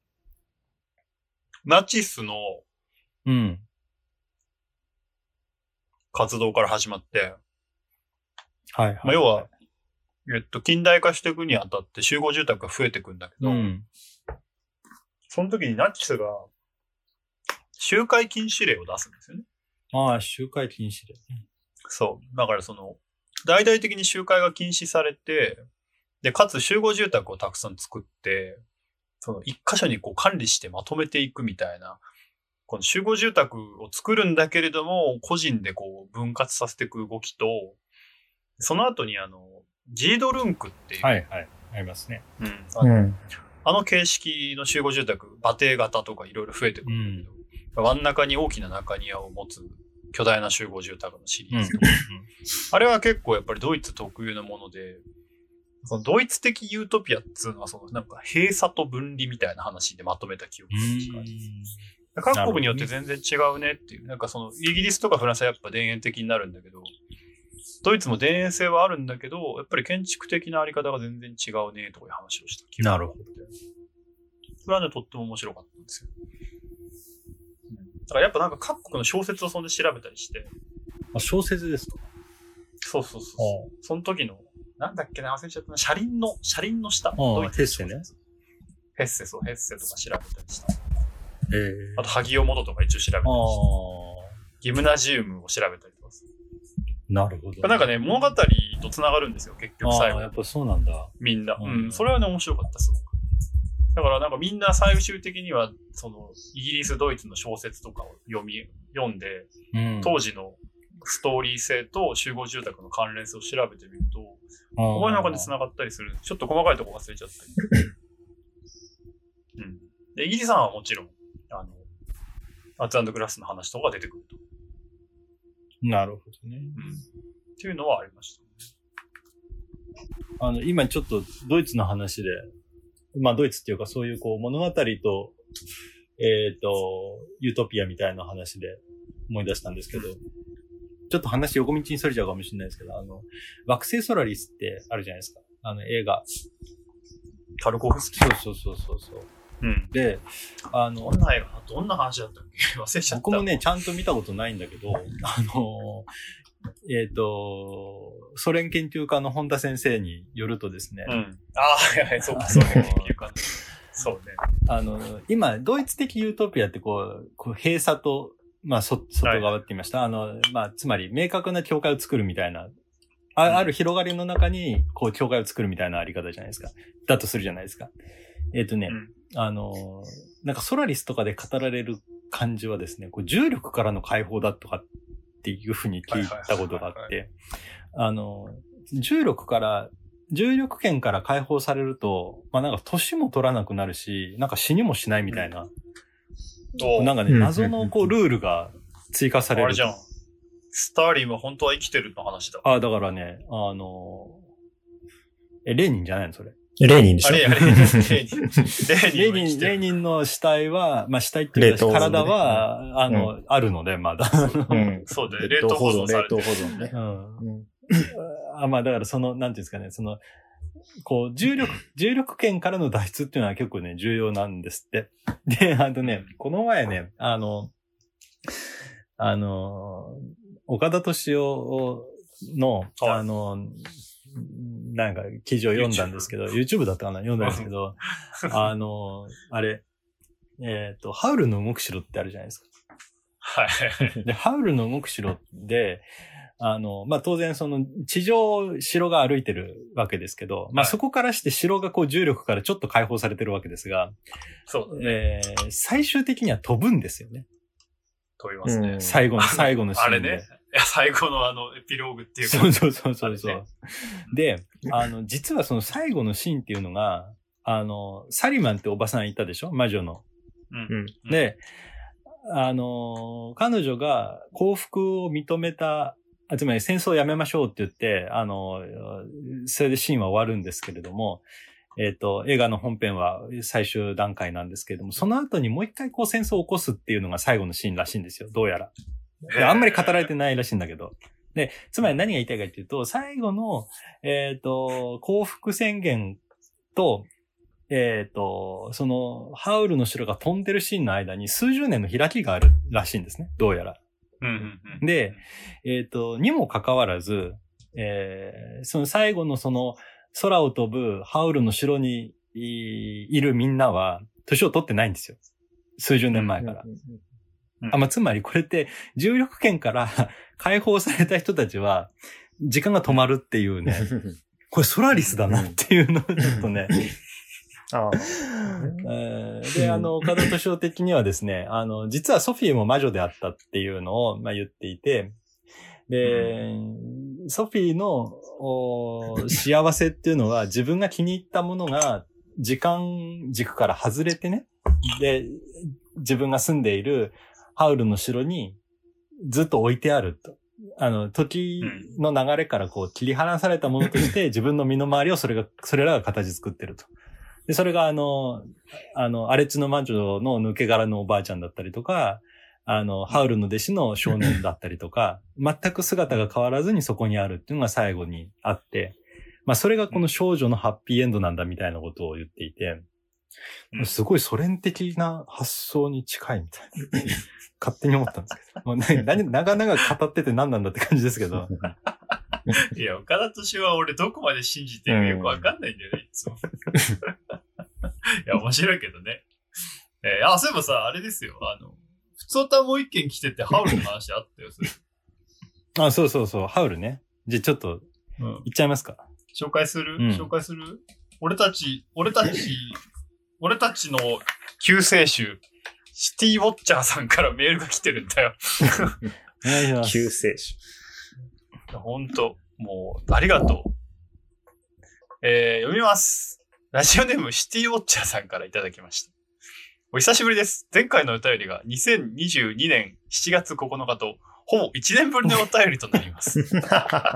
活動から始まって、
はいはい。
要は、近代化していくにあたって集合住宅が増えていくんだけど、その時にナチスが集会禁止令を出すんですよね。
ああ、集会禁止令。
そう。だから大々的に集会が禁止されて、で、かつ集合住宅をたくさん作って、一箇所に管理してまとめていくみたいな、この集合住宅を作るんだけれども、個人で分割させていく動きと、その後にジードルンクっていう。
はいはい。ありますね。
あの形式の集合住宅、馬蹄型とかいろいろ増えてくるんだけど、真ん中に大きな中庭を持つ巨大な集合住宅のシリーズとか、あれは結構やっぱりドイツ特有のもので、そのドイツ的ユートピアっていうのはそのなんか閉鎖と分離みたいな話でまとめた記憶が各国によって全然違うねっていう、なんかそのイギリスとかフランスはやっぱ田園的になるんだけど、ドイツも田園性はあるんだけど、やっぱり建築的なあり方が全然違うねとかいう話をした記憶があって。なるほど。それはね、とっても面白かったんですよ。だからやっぱなんか各国の小説をそんで調べたりして。
あ、小説ですか？
そうそうそう。その時の、なんだっけな、忘れちゃったな、車輪の下。
ヘッセね。
ヘッセとか調べたりした。あと、萩尾元とか一応調べたりして。ギムナジウムを調べたりとかする。
なるほど。
なんかね、物語と繋がるんですよ、結局最後。
やっぱそうなんだ。
みんな。それはね、面白かった、すごく。だからなんかみんな最終的には、その、イギリス、ドイツの小説とかを読んで、当時のストーリー性と集合住宅の関連性を調べてみると、思いの中で繋がったりする。ちょっと細かいとこ忘れちゃったり。で、イギリスさんはもちろん、アーツ&グラスの話とかが出てくると。
なるほどね。
っていうのはありました。
今ちょっとドイツの話で、まあドイツっていうかそういうこう物語と、ユートピアみたいな話で思い出したんですけど、ちょっと話横道にそれちゃうかもしれないですけど、惑星ソラリスってあるじゃないですか。映画。
タルコフスキー。
そう。で、
どんな話だったっけ忘れちゃった。
僕もね、ちゃんと見たことないんだけど、ソ連研究家の本田先生によるとですね。
そうか、ソ連研究家。そう
ね。今、ドイツ的ユートピアってこう閉鎖と、まあ、外側って言いました。まあ、つまり、明確な境界を作るみたいな、ある広がりの中に、こう、境界を作るみたいなあり方じゃないですか。だとするじゃないですか。なんかソラリスとかで語られる感じはですね、こう重力からの解放だとかっていうふうに聞いたことがあって、重力圏から解放されると、まあなんか年も取らなくなるし、なんか死にもしないみたいな、なんかね、謎のこうルールが追加される。
あれじゃん。スターリンは本当は生きてるの話だ。
だからね、レーニンじゃないのそれ。
レーニンでしょ？
レ
ーニンの死体は、まあ、死体っていうか、体は、あるので、まだ。
そうだよ、冷凍保存されてる。
冷凍保存ね。
まあ、だからなんていうんですかね、こう、重力圏からの脱出っていうのは結構ね、重要なんですって。で、この前ね、岡田敏夫の、なんか記事を読んだんですけど、YouTube だったかな読んだんですけど、あれ、ハウルの動く城ってあるじゃないですか。
はい。
で、ハウルの動く城で、まあ、当然地上、城が歩いてるわけですけど、まあ、そこからして城がこう重力からちょっと解放されてるわけですが、
そうだね。
最終的には飛ぶんですよね。
飛びますね。
最後のシーンで。
あれね。いや、最後のエピローグっていうか。
そう。で、実はその最後のシーンっていうのが、サリマンっておばさんいたでしょ魔女の。で、彼女が幸福を認めた、つまり戦争をやめましょうって言って、それでシーンは終わるんですけれども、映画の本編は最終段階なんですけれども、その後にもう一回こう戦争を起こすっていうのが最後のシーンらしいんですよ、どうやら。あんまり語られてないらしいんだけど。で、つまり何が言いたいかっていうと、最後の、降伏宣言と、その、ハウルの城が飛んでるシーンの間に数十年の開きがあるらしいんですね、どうやら。で、にもかかわらず、その最後のその、空を飛ぶハウルの城にいるみんなは、年を取ってないんですよ。数十年前から。まあ、つまりこれって重力圏から解放された人たちは時間が止まるっていうね、これソラリスだなっていうのをちょっとね。で、岡田敏夫的にはですね、実はソフィーも魔女であったっていうのを、まあ、言っていて、で、ソフィーの幸せっていうのは自分が気に入ったものが時間軸から外れてね、で、自分が住んでいるハウルの城にずっと置いてあると。時の流れからこう切り離されたものとして自分の身の回りをそれらが形作ってると。で、それが荒地の魔女の抜け殻のおばあちゃんだったりとか、ハウルの弟子の少年だったりとか、全く姿が変わらずにそこにあるっていうのが最後にあって、まあそれがこの少女のハッピーエンドなんだみたいなことを言っていて、すごいソ連的な発想に近いみたいな。勝手に思ったんですけど。もう長々語ってて何なんだって感じですけど。
いや、岡田敏夫は俺どこまで信じてるかよくわかんないんだよね、いつも。いや、面白いけどね。そういえばさ、あれですよ。普通歌もう一件来てて、ハウルの話あったよ、それ。
そう、ハウルね。じゃあちょっと、言っちゃいますか。
紹介する、俺たちの救世主、シティウォッチャーさんからメールが来てるんだよ。
お願いします。
救世主。
ほんと、もう、ありがとう。読みます。ラジオネームシティウォッチャーさんからいただきました。お久しぶりです。前回のお便りが2022年7月9日と、ほぼ1年ぶりのお便りとなります。笑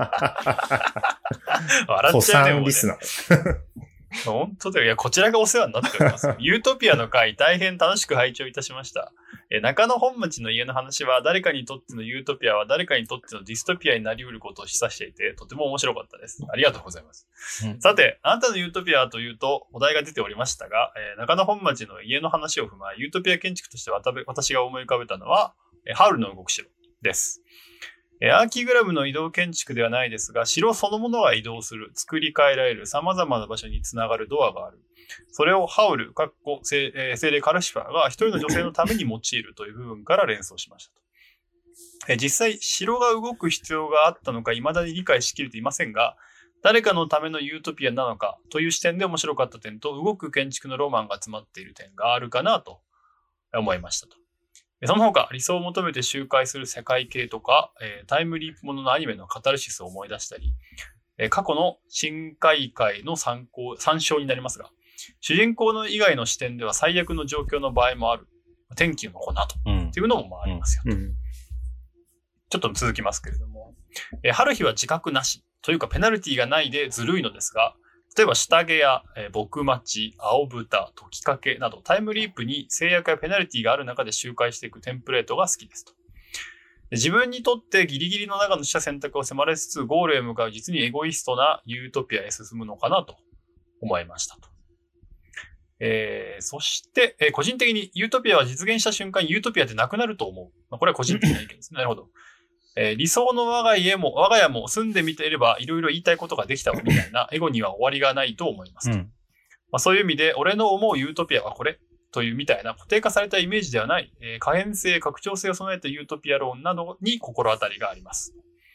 っちゃうね、もうね。リスナー。本当だよ。いや、こちらがお世話になっております。ユートピアの回、大変楽しく拝聴いたしました。中野本町の家の話は、誰かにとってのユートピアは誰かにとってのディストピアになり得ることを示唆していて、とても面白かったです。ありがとうございます。さて、あなたのユートピアというと、お題が出ておりましたが、中野本町の家の話を踏まえ、ユートピア建築として私が思い浮かべたのは、ハウルの動く城です。アーキグラムの移動建築ではないですが、城そのものが移動する、作り変えられる、様々な場所につながるドアがある。それをハウル、精霊カルシファーが一人の女性のために用いるという部分から連想しましたと。実際、城が動く必要があったのか未だに理解しきれていませんが、誰かのためのユートピアなのかという視点で面白かった点と、動く建築のロマンが詰まっている点があるかなと思いましたと。その他、理想を求めて周回する世界系とか、タイムリープもののアニメのカタルシスを思い出したり、過去の新海界の参照になりますが、主人公の以外の視点では最悪の状況の場合もある。天気の粉と、っていうのもありますよと。ちょっと続きますけれども、春日は自覚なしというかペナルティがないでずるいのですが、例えば下着や僕待ち、青豚、解きかけなどタイムリープに制約やペナルティがある中で周回していくテンプレートが好きですと。自分にとってギリギリの中のした選択を迫られつつゴールへ向かう実にエゴイストなユートピアへ進むのかなと思いましたと。そして、個人的にユートピアは実現した瞬間ユートピアでなくなると思う。これは個人的な意見ですね。なるほど。理想の我が家も住んでみていればいろいろ言いたいことができたわみたいなエゴには終わりがないと思いますと。そういう意味で俺の思うユートピアはこれというみたいな固定化されたイメージではない、可変性、拡張性を備えたユートピア論などに心当たりがあります。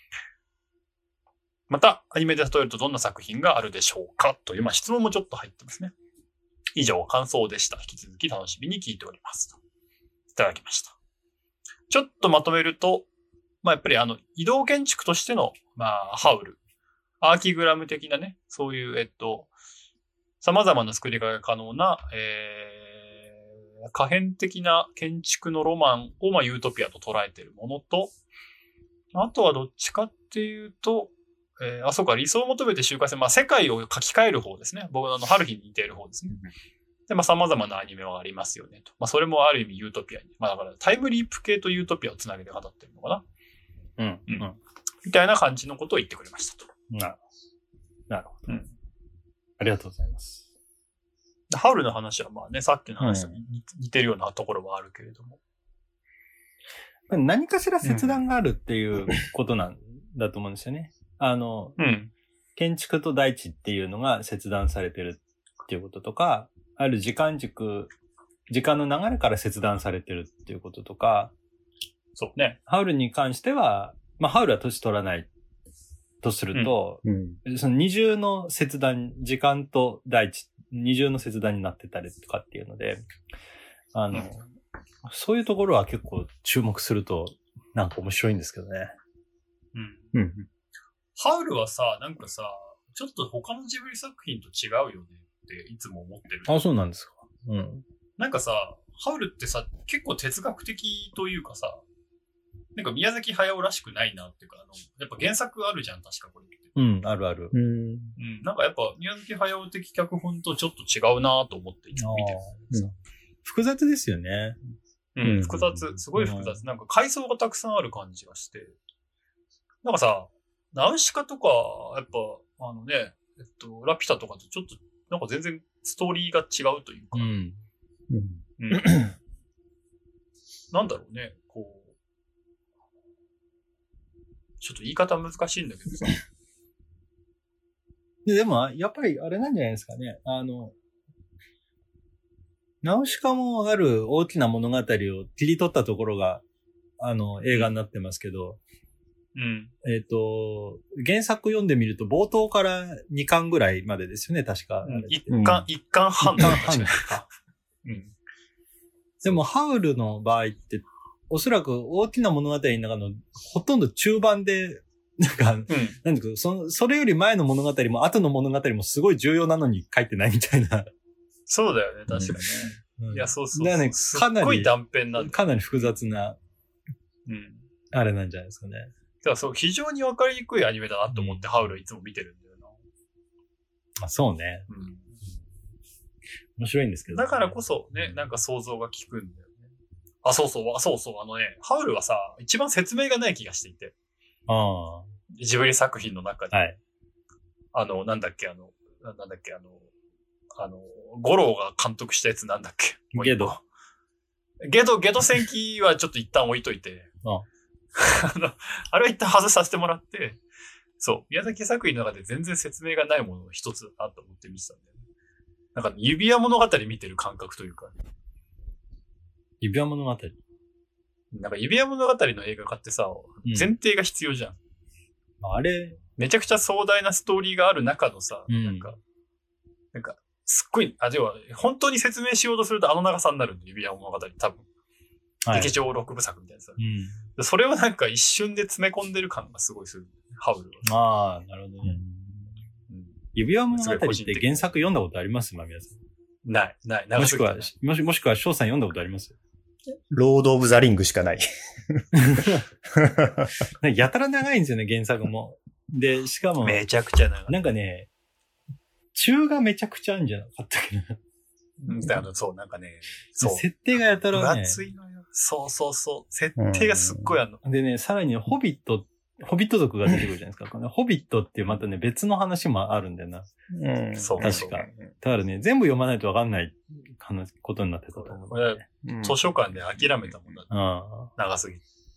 また、アニメで例えるとどんな作品があるでしょうかという、質問もちょっと入ってますね。以上、感想でした。引き続き楽しみに聞いておりますと。いただきました。ちょっとまとめると、やっぱり移動建築としての、ハウル。アーキグラム的なね、そういう、様々な作り替えが可能な、可変的な建築のロマンを、ユートピアと捉えているものと、あとはどっちかっていうと、そうか、理想を求めて周回戦、世界を書き換える方ですね。僕春日に似ている方ですね。で、様々なアニメはありますよねと。それもある意味ユートピアに。だからタイムリープ系とユートピアをつなげて語ってるのかな。みたいな感じのことを言ってくれましたと。
なるほど。ありがとうございます。
ハウルの話はさっきの話と似てるようなところはあるけれども。
何かしら切断があるっていうことなんだと思うんですよね。建築と大地っていうのが切断されてるっていうこととか、ある時間の流れから切断されてるっていうこととか、
そうね。
ハウルに関しては、ハウルは年取らないとすると、その二重の切断、時間と大地、二重の切断になってたりとかっていうので、そういうところは結構注目すると、なんか面白いんですけどね。
ハウルはさ、ちょっと他のジブリ作品と違うよね。 っていつも思ってる。
あ、そうなんですか。うん。
なんかさ、ハウルってさ、結構哲学的というかさ、なんか宮崎駿らしくないなっていうか、やっぱ原作あるじゃん、確かこれって。
うん、あるある。
なんかやっぱ宮崎駿的脚本とちょっと違うなと思っていつも見てる。
複雑ですよね。
複雑。すごい複雑。なんか階層がたくさんある感じがして。なんかさ、ナウシカとか、やっぱ、ラピュタとかとちょっと、なんか全然ストーリーが違うというか。なんだろうね、こう。ちょっと言い方難しいんだけどさ。
でも、やっぱりあれなんじゃないですかね。ナウシカもある大きな物語を切り取ったところが、映画になってますけど、原作読んでみると冒頭から2巻ぐらいまでですよね、確か。
1巻半とか。
でも、ハウルの場合って、おそらく大きな物語の中のほとんど中盤で、なんだか、それより前の物語も後の物語もすごい重要なのに書いてないみたいな。
そうだよね、確かにね。いや、そうそう。だ
ね、
すっごい断片なんだ。
かなり複雑な、あれなんじゃないですかね。
だからそう、非常にわかりにくいアニメだなと思って、ハウルいつも見てるんだよ
な。そうね。面白いんですけど。
だからこそね、なんか想像が効くんだよね。そうそう、ハウルはさ、一番説明がない気がしていて。ジブリ作品の中で。はい。なんだっけ、五郎が監督したやつなんだっけ。ゲド戦記はちょっと一旦置いといて。あれは一旦外させてもらって、そう、宮崎作品の中で全然説明がないものの一つだなと思って見てたんだよね。なんか指輪物語見てる感覚というか。
指輪物語
なんか指輪物語の映画化ってさ、前提が必要じゃん。
あれ
めちゃくちゃ壮大なストーリーがある中のさ、なんか、すっごい、では、本当に説明しようとするとあの長さになるんだよ、指輪物語、多分。劇場6部作みたいなさ。それをなんか一瞬で詰め込んでる感がすごいする。ハウル
は。なるほどね。指輪物語って原作読んだことあります間宮さん。
ない。
もしくは翔さん読んだことあります
ロード・オブ・ザ・リングしかない。
やたら長いんですよね、原作も。で、しかも。
めちゃくちゃ長い。
なんかね、中がめちゃくちゃあるんじゃなかったっけ
な。そう、なんかね、そう。
設定がやたらね。
熱いのよ。そう。設定がすっごいあるの。
でね、さらにホビット族が出てくるじゃないですか。ホビットっていうまたね、別の話もあるんだよな。
そう。
確か。だからね、全部読まないとわかんないことになってたと思う。
これ、図書館で諦めたもんだって。長すぎ。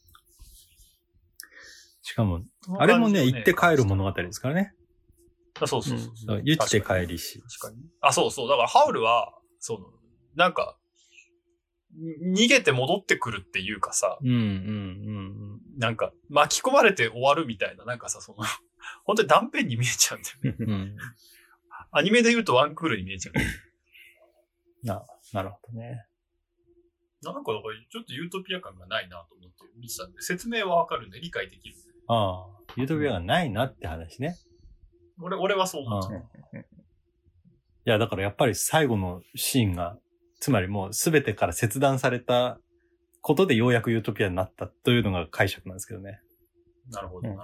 しかも、あれもね、行って帰る物語ですからね。
そう。
言って帰りし。
確かに。そう。だからハウルは、なんか、逃げて戻ってくるっていうかさ、なんか巻き込まれて終わるみたいな、なんかさ、本当に断片に見えちゃうんだよね。アニメで言うとワンクールに見えちゃう。
なるほどね。
なんか、ちょっとユートピア感がないなと思って見てたんで、説明はわかるんで理解できる。
ユートピアがないなって話ね。
俺はそう思ってた。
いや、だからやっぱり最後のシーンが、つまりもう全てから切断されたことでようやくユートピアになったというのが解釈なんですけどね。
なるほど。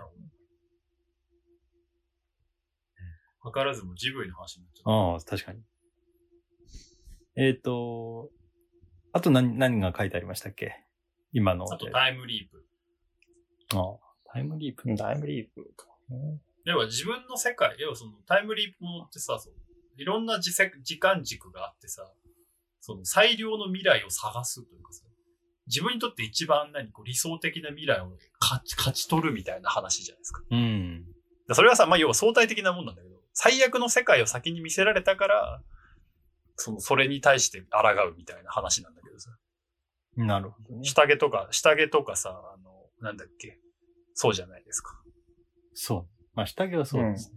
わからずもジブリの話になっちゃった。
確かに。あと何が書いてありましたっけ今の。
あとタイムリープ。
タイムリープ。
要は自分の世界、タイムリープものってさ、いろんな時間軸があってさ、最良の未来を探すというかさ、自分にとって一番理想的な未来を勝ち取るみたいな話じゃないですか。それはさ、要は相対的なもんなんだけど、最悪の世界を先に見せられたから、それに対して抗うみたいな話なんだけどさ。
なるほどね。
下着とかさ、なんだっけ、そうじゃないですか。
そう。下着はそうですね。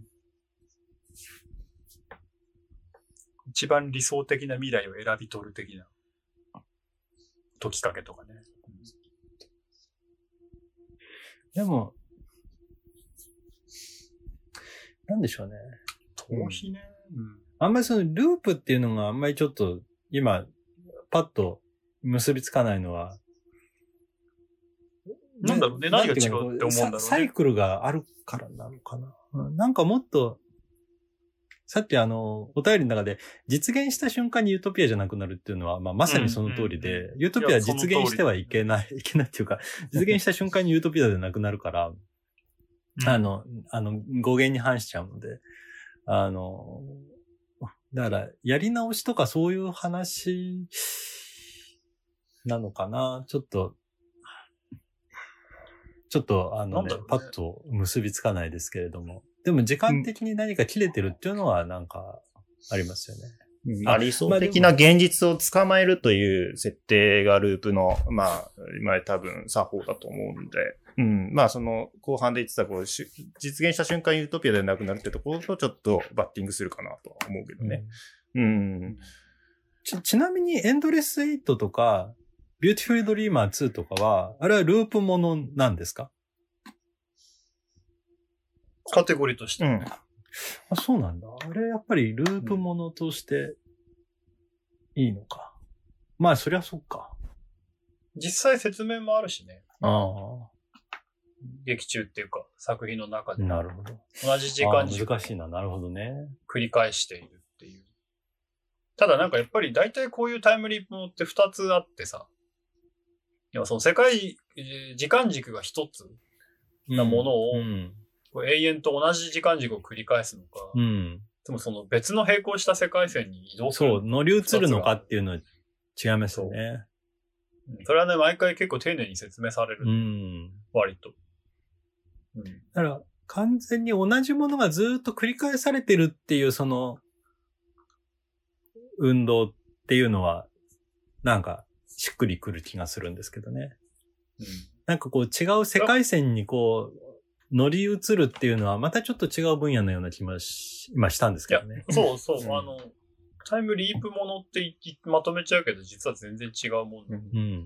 一番理想的な未来を選び取る的な解きかけとかね。
でも、なんでしょうね。
逃避ね。
あんまりそのループっていうのがあんまりちょっと今パッと結びつかないのは、
なんだろうね、何が違うって思うんだろうね。
サイクルがあるからなのかな。なんかもっと、さっきお便りの中で実現した瞬間にユートピアじゃなくなるっていうのは、まさにその通りで、ユートピアは実現してはいけないっていうか、実現した瞬間にユートピアでなくなるから、語源に反しちゃうので、だから、やり直しとかそういう話なのかな。ちょっとパッと結びつかないですけれども。でも時間的に何か切れてるっていうのはなんかありますよね。
理想的な現実を捕まえるという設定がループの、今多分作法だと思うんで、その後半で言ってた実現した瞬間ユートピアでなくなるってところとちょっとバッティングするかなとは思うけどね。
ちなみにエンドレス8とか、ビューティフルドリーマー2とかは、あれはループものなんですか？
カテゴリーとして。
あ、そうなんだ。あれやっぱりループものとしていいのか。まあそりゃそっか。
実際説明もあるしね。
ああ。
劇中っていうか作品の中で。
なるほど。
同じ時間に
難しいな。なるほどね。
繰り返しているっていう。ただなんかやっぱり大体こういうタイムリープものって2つあってさ。いやその時間軸が1つなものを、永遠と同じ時間軸を繰り返すのか、でもその別の並行した世界線に移動する。
そう、乗り移るのかっていうのは違いますよね。
それはね、毎回結構丁寧に説明される。割と。
だから完全に同じものがずっと繰り返されてるっていうその運動っていうのはなんかしっくりくる気がするんですけどね。なんかこう違う世界線にこう乗り移るっていうのはまたちょっと違う分野のような気も今したんですけどね。
そう、タイムリープものってまとめちゃうけど実は全然違うもの。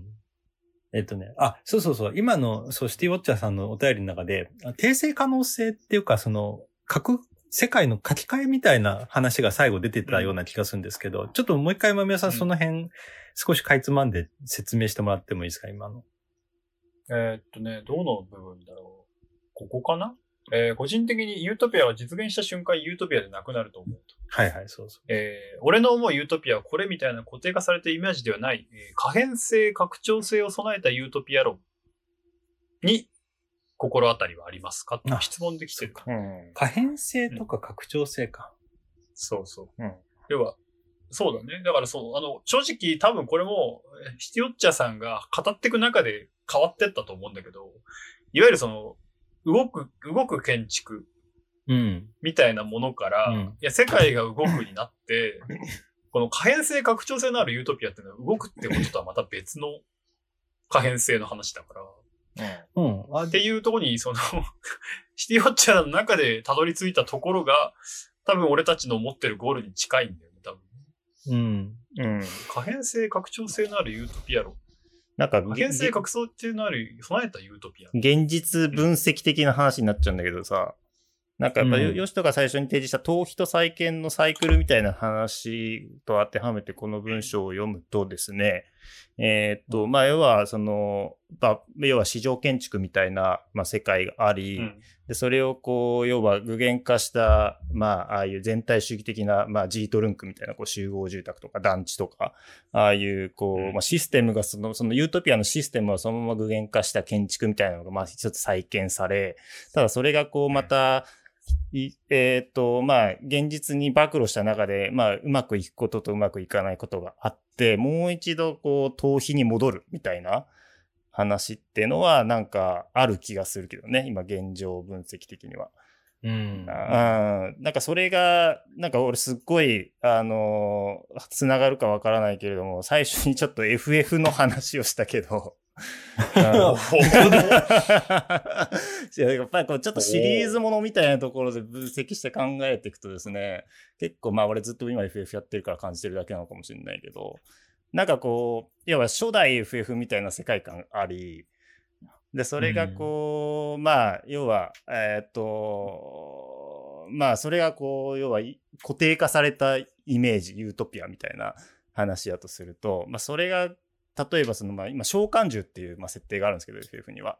そう。今の、シティウォッチャーさんのお便りの中で、訂正可能性っていうか、世界の書き換えみたいな話が最後出てたような気がするんですけど、ちょっともう一回、まみやさんその辺、少しかいつまんで説明してもらってもいいですか、今の。
どの部分だろう。ここかな？個人的にユートピアは実現した瞬間ユートピアでなくなると思うと。
はいはい、そうそう。
俺の思うユートピアはこれみたいな固定化されたイメージではない、可変性、拡張性を備えたユートピア論に心当たりはありますかって質問できてるか。
可変性とか拡張性か。
そうそう。要は、そうだね。だから正直多分これも、シティウォッチャーさんが語っていく中で変わってったと思うんだけど、いわゆる動く建築みたいなものから、世界が動くになって、この可変性拡張性のあるユートピアっていうのは動くってこととはまた別の可変性の話だから、っていうところにシティウォッチャーの中でたどり着いたところが多分俺たちの思ってるゴールに近いんだよね、多分。可変性拡張性のあるユートピア論。可変性拡張っていうのある備えたユートピア。
現実分析的な話になっちゃうんだけどさ、なんかやっぱヨシトが最初に提示した逃避と再建のサイクルみたいな話と当てはめてこの文章を読むとですね、要は要は市場建築みたいな、世界があり、でそれを要は具現化した、ああいう全体主義的な、ジートルンクみたいな集合住宅とか団地とか、ああいうシステムがそのユートピアのシステムをそのまま具現化した建築みたいなのが一つ再建され、ただそれがまた、現実に暴露した中で、うまくいくこととうまくいかないことがあって、もう一度逃避に戻るみたいな話ってのはなんかある気がするけどね、今現状分析的には。なんかそれが、なんか俺すっごい、つながるかわからないけれども、最初にちょっと FF の話をしたけど、やっぱりちょっとシリーズものみたいなところで分析して考えていくとですね、結構俺ずっと今 FF やってるから感じてるだけなのかもしれないけど、なんか要は初代 FF みたいな世界観あり、で、それが要は、 まあそれがこう、要は固定化されたイメージ、ユートピアみたいな話だとすると、まあそれが、例えばまあ今召喚獣っていう設定があるんですけど FF には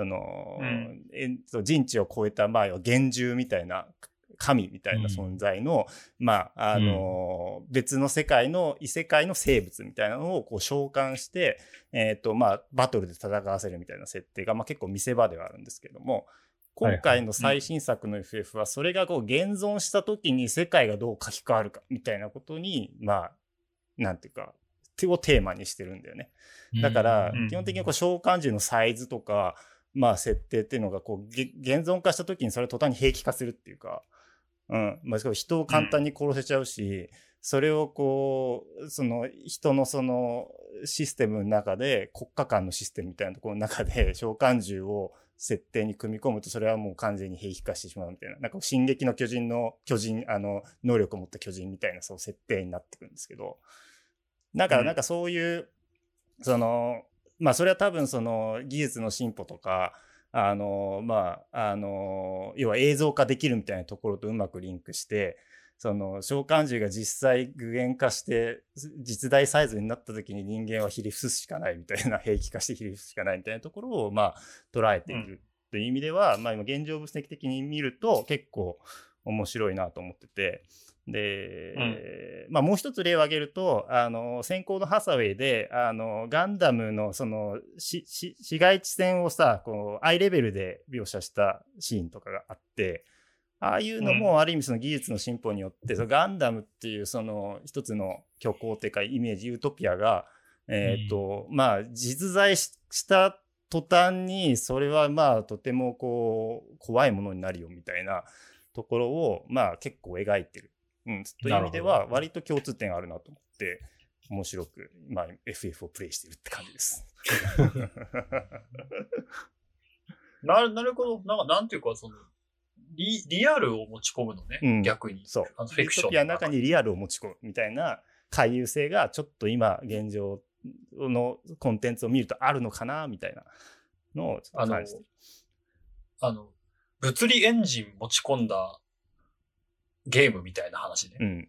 人知を超えたまあ幻獣みたいな神みたいな存在の、まあ別の世界の異世界の生物みたいなのをこう召喚してまあバトルで戦わせるみたいな設定がまあ結構見せ場ではあるんですけども、今回の最新作の FF はそれがこう現存した時に世界がどう書き換わるかみたいなことにまあなんていうかをテーマにしてるんだよね。だから基本的にこう召喚獣のサイズとかまあ設定っていうのがこう現存化した時にそれを途端に兵器化するっていうか、まあ人を簡単に殺せちゃうし、それをこうその人のそのシステムの中で国家間のシステムみたいなところの中で召喚獣を設定に組み込むとそれはもう完全に兵器化してしまうみたいな、なんか進撃の巨人能力を持った巨人みたいなそう設定になってくるんですけど。なんかそういう、まあそれは多分その技術の進歩とか、まあ、要は映像化できるみたいなところとうまくリンクして、その召喚獣が実際具現化して実大サイズになった時に人間はひれ伏すしかないみたいな、兵器化してひれ伏すしかないみたいなところをまあ捉えているという意味では、まあ今現状分析的に見ると結構面白いなと思ってて、で、まあもう一つ例を挙げると、先行のハサウェイで、ガンダムのその市街地戦をさ、こう、アイレベルで描写したシーンとかがあって、ああいうのもある意味その技術の進歩によって、そのガンダムっていうその一つの虚構っていうかイメージ、ユートピアが、まあ実在した途端に、それはまあとてもこう、怖いものになるよみたいなところを、まあ結構描いてる。という意味では割と共通点あるなと思って面白く、まあ、FF をプレイしてるって感じです。
なるほど。なんていうかそのリアルを持ち込むのね、逆に。
そう。フィクションの中にリアルを持ち込むみたいな回遊性がちょっと今現状のコンテンツを見るとあるのかなみたいなのを感じてる。
物理エンジン持ち込んだゲームみたいな話ね。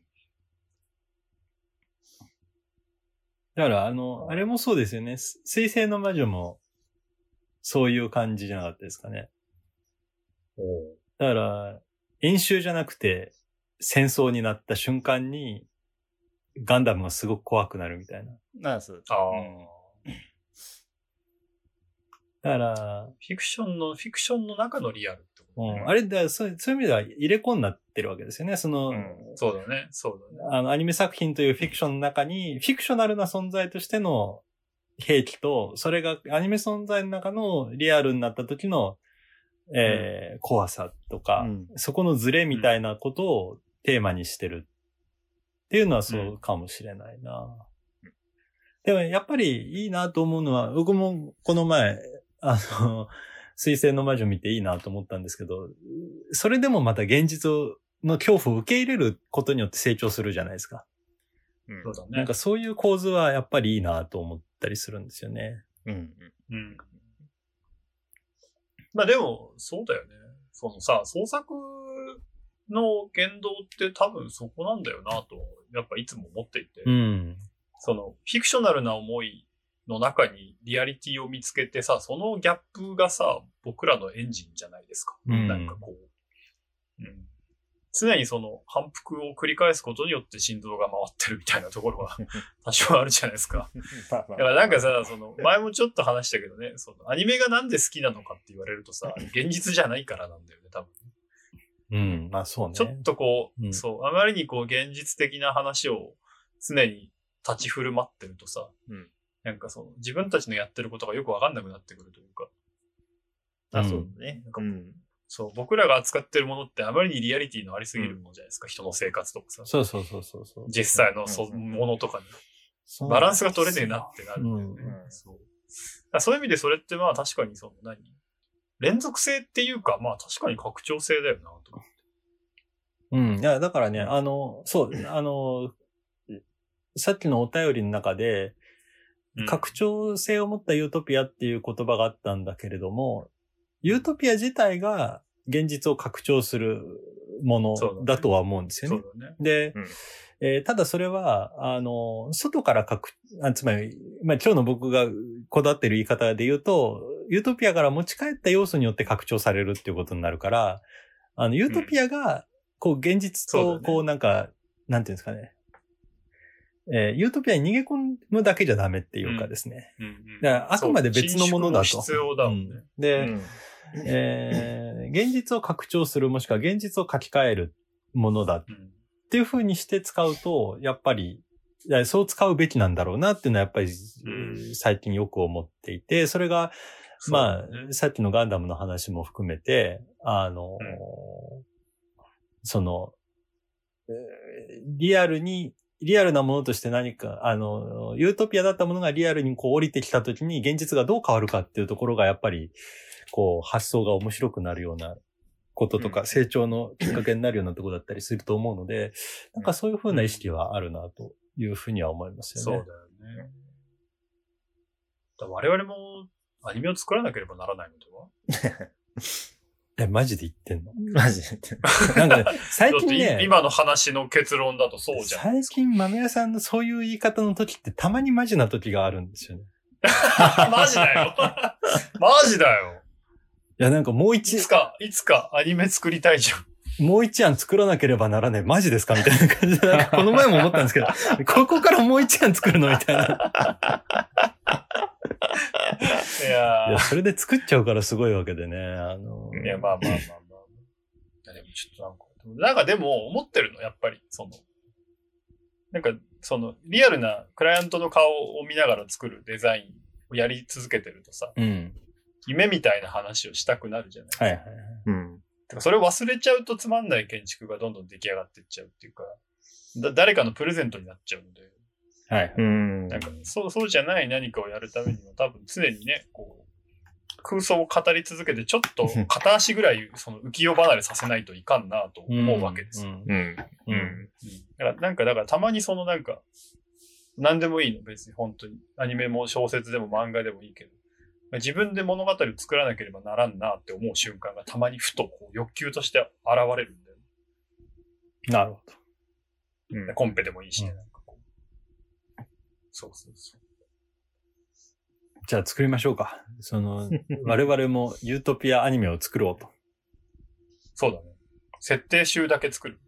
だから、あれもそうですよね。水星の魔女も、そういう感じじゃなかったですかね。だから、演習じゃなくて、戦争になった瞬間に、ガンダムがすごく怖くなるみたいな。だから、
フィクションの中のリアルってことね。
あれだ、そういう意味では入れ子になってるわけですよね。
そうだね。
アニメ作品というフィクションの中に、フィクショナルな存在としての兵器と、それがアニメ存在の中のリアルになった時の、怖さとか、そこのズレみたいなことをテーマにしてるっていうのはそうかもしれないな。でもやっぱりいいなと思うのは、僕もこの前、水星の魔女見ていいなと思ったんですけど、それでもまた現実の恐怖を受け入れることによって成長するじゃないですか。
そうだね。
なんかそういう構図はやっぱりいいなと思ったりするんですよね。
まあでも、そうだよね。そのさ、創作の言動って多分そこなんだよなと、やっぱいつも思っていて。その、フィクショナルな思いの中にリアリティを見つけてさ、そのギャップがさ、僕らのエンジンじゃないですか。なんかこう、常にその反復を繰り返すことによって心臓が回ってるみたいなところは多少あるじゃないですか。だからなんかさ、その前もちょっと話したけどね、そのアニメがなんで好きなのかって言われるとさ、現実じゃないからなんだよね、多分。
まあそうね。
ちょっとこう、そう、あまりにこう現実的な話を常に立ち振る舞ってるとさ、なんかその自分たちのやってることがよくわかんなくなってくるというか。
そうね。
そう、僕らが扱ってるものってあまりにリアリティのありすぎるものじゃないですか、人の生活とかさ。
そう。
実際のものとかに。バランスが取れねえなってなる。そういう意味でそれってまあ確かにその連続性っていうか、まあ確かに拡張性だよなと思って。
いや、だからね、さっきのお便りの中で、拡張性を持ったユートピアっていう言葉があったんだけれども、ユートピア自体が現実を拡張するものだとは思うんですよね。
そうだね。
で、ただそれは、外からつまり、今日の僕がこだわってる言い方で言うと、ユートピアから持ち帰った要素によって拡張されるっていうことになるから、ユートピアが、こう、現実と、こう、なんか、なんていうんですかね。ユートピアに逃げ込むだけじゃダメっていうかですね。だからあくまで別のものだと。
必要だもんね。
で、現実を拡張するもしくは現実を書き換えるものだっていう風にして使うと、やっぱり、そう使うべきなんだろうなっていうのはやっぱり、最近よく思っていて、それが、まあ、さっきのガンダムの話も含めて、その、リアルなものとして何か、ユートピアだったものがリアルにこう降りてきたときに現実がどう変わるかっていうところがやっぱり、こう発想が面白くなるようなこととか、成長のきっかけになるようなところだったりすると思うので、なんかそういうふうな意識はあるなというふうには思いますよね。
そうだよね。我々もアニメを作らなければならないのでは
マジで言ってんの？
マジで言ってんの？
なんかね、最近ね、
今の話の結論だとそうじゃん。
最近豆屋さんのそういう言い方の時ってたまにマジな時があるんですよね。
マジだよ。マジだよ。
いや、なんかもういつ
かアニメ作りたいじゃ
ん。もう一案作らなければならない。マジですかみたいな感じで、なんかこの前も思ったんですけど、ここからもう一案作るのみたいな。いや、それで作っちゃうからすごいわけでね。
いや、まあ。いや、でもちょっとなんかでも思ってるの、やっぱり、リアルなクライアントの顔を見ながら作るデザインをやり続けてるとさ、夢みたいな話をしたくなるじゃないですか。てかそれを忘れちゃうとつまんない建築がどんどん出来上がっていっちゃうっていうか、誰かのプレゼントになっちゃうので、なんかそうじゃない何かをやるためにも多分常にね、こう空想を語り続けてちょっと片足ぐらいその浮世離れさせないといかんなと思うわけですよ。だからたまに何でもいいの別に本当にアニメも小説でも漫画でもいいけど、自分で物語を作らなければならんなって思う瞬間がたまにふとこう欲求として現れるんだよ。
なるほ
ど。コンペでもいいしね。そう。
じゃあ作りましょうか。我々もユートピアアニメを作ろうと。
そうだね。設定集だけ作る。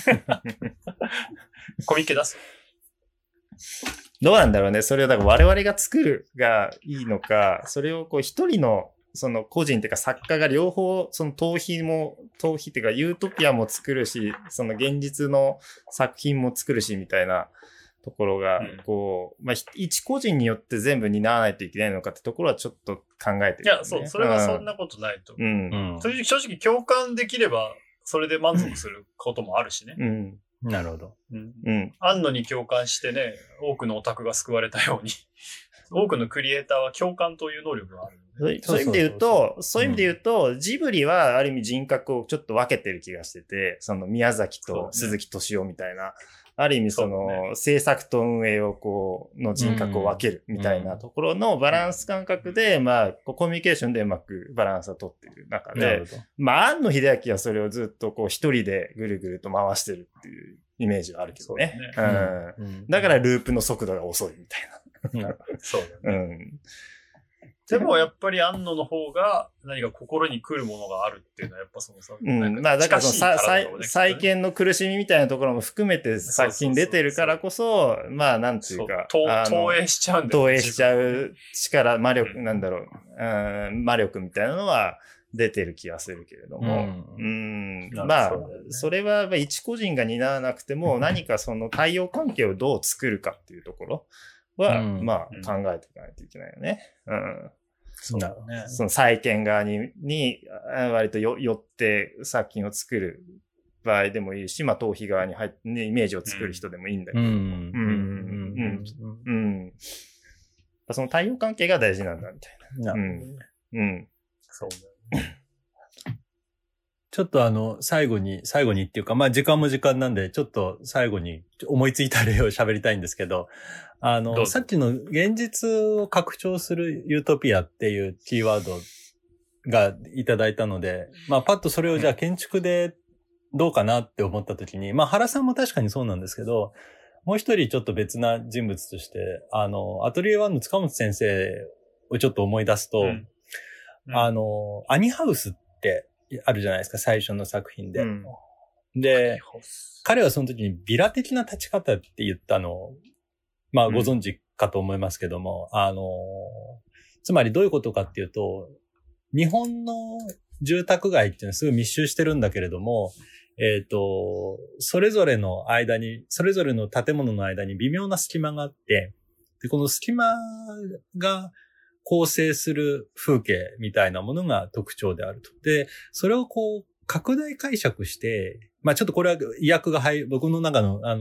コミケ出す。
どうなんだろうね。それをだから我々が作るがいいのか、それをこう一人のその個人っていうか作家が両方その逃避っていうかユートピアも作るし、その現実の作品も作るしみたいなところが、こう、一個人によって全部担わないといけないのかってところはちょっと考えてる、ね。
いや、それはそんなことないと。正直共感できれば、それで満足することもあるしね。
なるほど。
安野に共感してね、多くのオタクが救われたように、多くのクリエイターは共感という能力がある。
そういう意味で言うと、ジブリはある意味人格をちょっと分けてる気がしてて、その宮崎と鈴木敏夫みたいな、ある意味制作と運営をの人格を分けるみたいなところのバランス感覚で、コミュニケーションでうまくバランスを取っている中で、庵野秀明はそれをずっと一人でぐるぐると回してるっていうイメージはあるけどね。だからループの速度が遅いみたいな。
そうだね。でもやっぱり庵野の方が何か心に来るものがあるっていうのはやっぱ
だから再建の苦しみみたいなところも含めて作品出てるからこそ、なんていうか。
投影しちゃうんだよ
ね。投影しちゃう力、魔力みたいなのは出てる気がするけれども。それは一個人が担わなくても何かその対応関係をどう作るかっていうところは、考えていかないといけないよね。
そうだね。
その再建側に割と寄って作品を作る場合でもいいし、逃避側に入って、イメージを作る人でもいいんだけど。その対応関係が大事なんだみたいな。
そうだね。
ちょっと最後にっていうか、時間も時間なんで、ちょっと最後に思いついた例を喋りたいんですけど、さっきの現実を拡張するユートピアっていうキーワードがいただいたので、パッとそれをじゃあ建築でどうかなって思った時に、まあ原さんも確かにそうなんですけど、もう一人ちょっと別な人物として、アトリエ1の塚本先生をちょっと思い出すと、アニハウスってあるじゃないですか、最初の作品で。で、彼はその時にビラ的な立ち方って言ったのを、まあご存知かと思いますけども、つまりどういうことかっていうと、日本の住宅街っていうのはすごい密集してるんだけれども、それぞれの建物の間に微妙な隙間があって、で、この隙間が構成する風景みたいなものが特徴であると。で、それをこう、拡大解釈して、まあちょっとこれは僕の中の、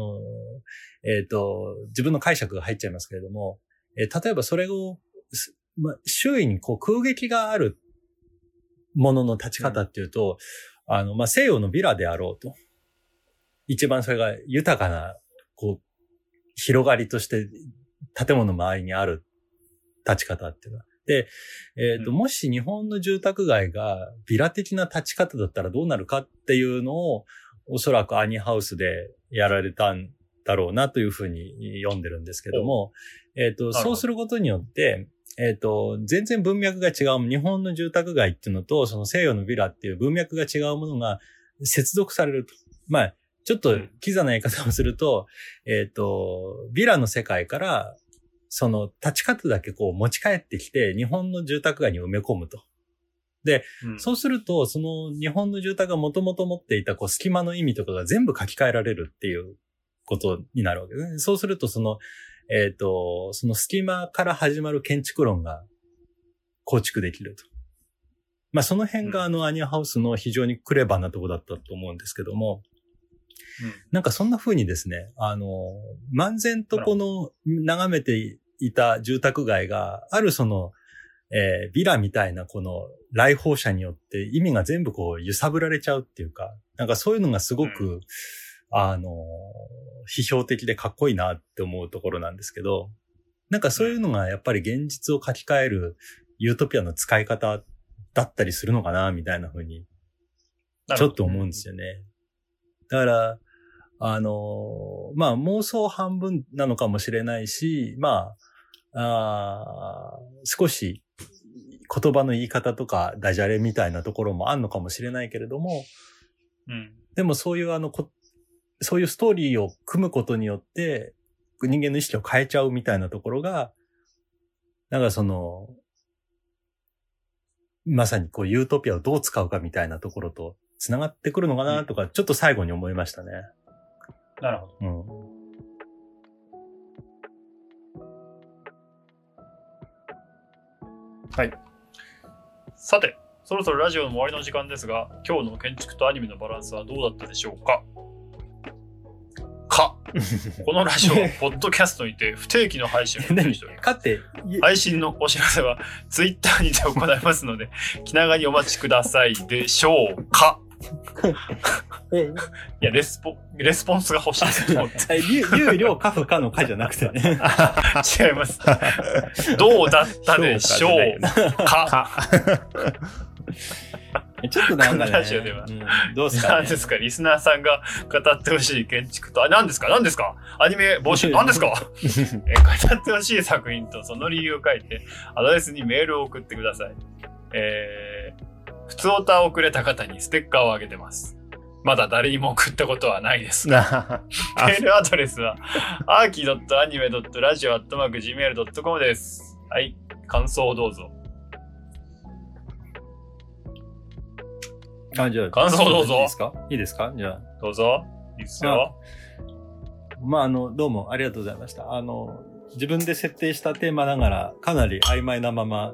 自分の解釈が入っちゃいますけれども、例えばそれを、周囲にこう空撃があるものの立ち方っていうと、西洋のビラであろうと。一番それが豊かな、こう、広がりとして建物の周りにある立ち方っていうのは。で、もし日本の住宅街がビラ的な立ち方だったらどうなるかっていうのを、おそらくアニハウスでやられたんだろうなというふうに読んでるんですけども、そうすることによって、全然文脈が違う。日本の住宅街っていうのと、その西洋のビラっていう文脈が違うものが接続されると。まあ、ちょっとキザな言い方をすると、ビラの世界から、その立ち方だけこう持ち帰ってきて、日本の住宅街に埋め込むと。で、そうすると、その日本の住宅がもともと持っていたこう隙間の意味とかが全部書き換えられるっていうことになるわけですね。そうすると、その隙間から始まる建築論が構築できると。まあ、その辺がアニハウスの非常にクレバーなとこだったと思うんですけども、なんかそんな風にですね、漫然とこの眺めていた住宅街が、あるその、ビラみたいなこの来訪者によって意味が全部こう揺さぶられちゃうっていうか、なんかそういうのがすごく、批評的でかっこいいなって思うところなんですけど、なんかそういうのがやっぱり現実を書き換えるユートピアの使い方だったりするのかな、みたいな風に、ちょっと思うんですよね。だから、まあ妄想半分なのかもしれないし、まあ、少し言葉の言い方とかダジャレみたいなところもあんのかもしれないけれども、でもそういうそういうストーリーを組むことによって人間の意識を変えちゃうみたいなところが、なんかまさにこうユートピアをどう使うかみたいなところと繋がってくるのかなとか、ちょっと最後に思いましたね。
なるほど。
はい。
さて、そろそろラジオの終わりの時間ですが、今日の建築とアニメのバランスはどうだったでしょうか？このラジオはポッドキャストにて不定期の配信を予定しております。配信のお知らせはツイッターにて行いますので、気長にお待ちくださいでしょうか？いや、レスポンスが欲しいと思って。
有料カフカのカじゃなくてね。
違います。どうだったでしょうか？
ちょっとなんかね、
このラジオでは、
どうすかね、
何ですか、リスナーさんが語ってほしい建築と、何ですかアニメ募集、何ですか語ってほしい作品とその理由を書いて、アドレスにメールを送ってください。普通オタをくれた方にステッカーをあげてます。まだ誰にも送ったことはないですが。メールアドレスは、arki.anime.radio@gmail.com です。はい、感想をどうぞ。
じゃあ
感想どうぞ。
いいですかじゃあ。
どうぞ。いいですよ。
まあ、どうもありがとうございました。自分で設定したテーマながら、かなり曖昧なまま、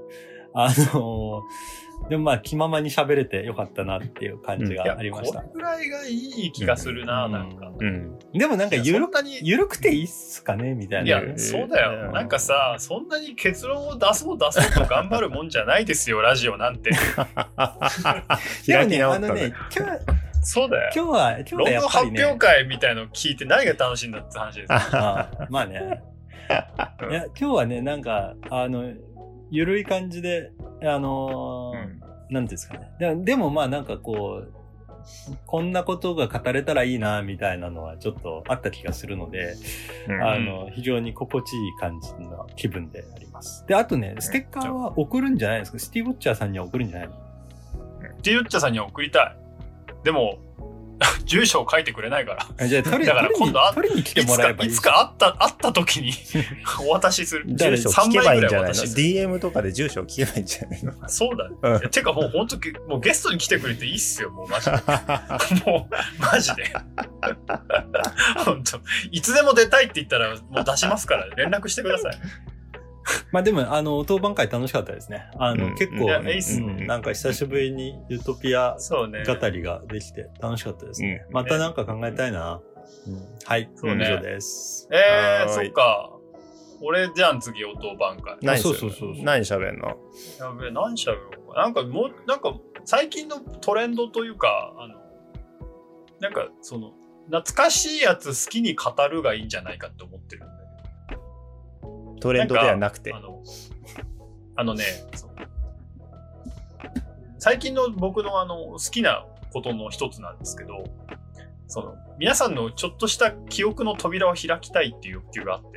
でもまあ、気ままに喋れてよかったなっていう感じがありました。
これぐらいがいい気がするな、なんか。
でもなんかゆるくていいっすかねみたいな。
いや、そうだよ。なんかさ、そんなに結論を出そうと頑張るもんじゃないですよ、ラジオなんて。
でもね、
そうだよ。
今日は
論文発表会みたいのを聞いて何が楽しいんだって話です。
まあね。いや、今日はね、なんか、ゆるい感じで、なんていうんですかね。でもまあなんかこう、 こんなことが語れたらいいな、みたいなのはちょっとあった気がするので、非常に心地いい感じの気分であります。で、あとね、ステッカーは送るんじゃないですか？シティウォッチャーさんには送るんじゃないの？
シティウォッチャーさんには送りたい。でも、住所を書いてくれないから。
じゃあ取りに来てもらえばいい。
いつか会った時にお渡しする。
住所聞けばいいんじゃないの？ DM とかで住所を聞けばいいんじゃないの？
そうだね。てかもう本当もうゲストに来てくれていいっすよ、もうマジで。もうマジで。本当いつでも出たいって言ったらもう出しますから連絡してください。
まあでも、当番会楽しかったですね。結構、
な
んか久しぶりにユートピア語りができて楽しかったですね。またなんか考えたいな。はい。以上です。
そっか。俺じゃん、次、当番会。
そう。
何喋んの？
やべえ、何喋ろうか。なんか最近のトレンドというか、なんか懐かしいやつ好きに語るがいいんじゃないかって思ってるんだけど。
トレンドではなくて。
最近の僕の好きなことの一つなんですけど、皆さんのちょっとした記憶の扉を開きたいっていう欲求があって。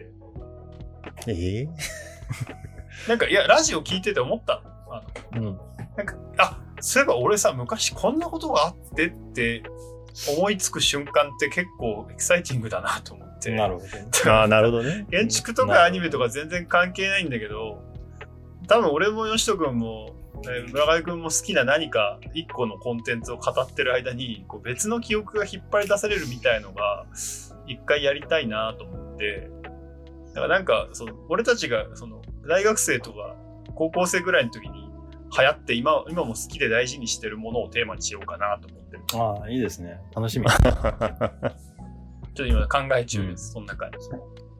なんか、いや、ラジオ聞いてて思ったの。なんか、そういえば俺さ、昔こんなことがあってって思いつく瞬間って結構エキサイティングだなと思って。
なるほど。
なるほどね。
建築とかアニメとか全然関係ないんだけど、多分俺もヨシト君も村上君も好きな何か一個のコンテンツを語ってる間に別の記憶が引っ張り出されるみたいのが一回やりたいなと思って、だからなんか俺たちが大学生とか高校生ぐらいの時に流行って今も好きで大事にしてるものをテーマにしようかなと思ってる。
ああ、いいですね。楽しみ。
ちょっと今考え中です。そんな感じ。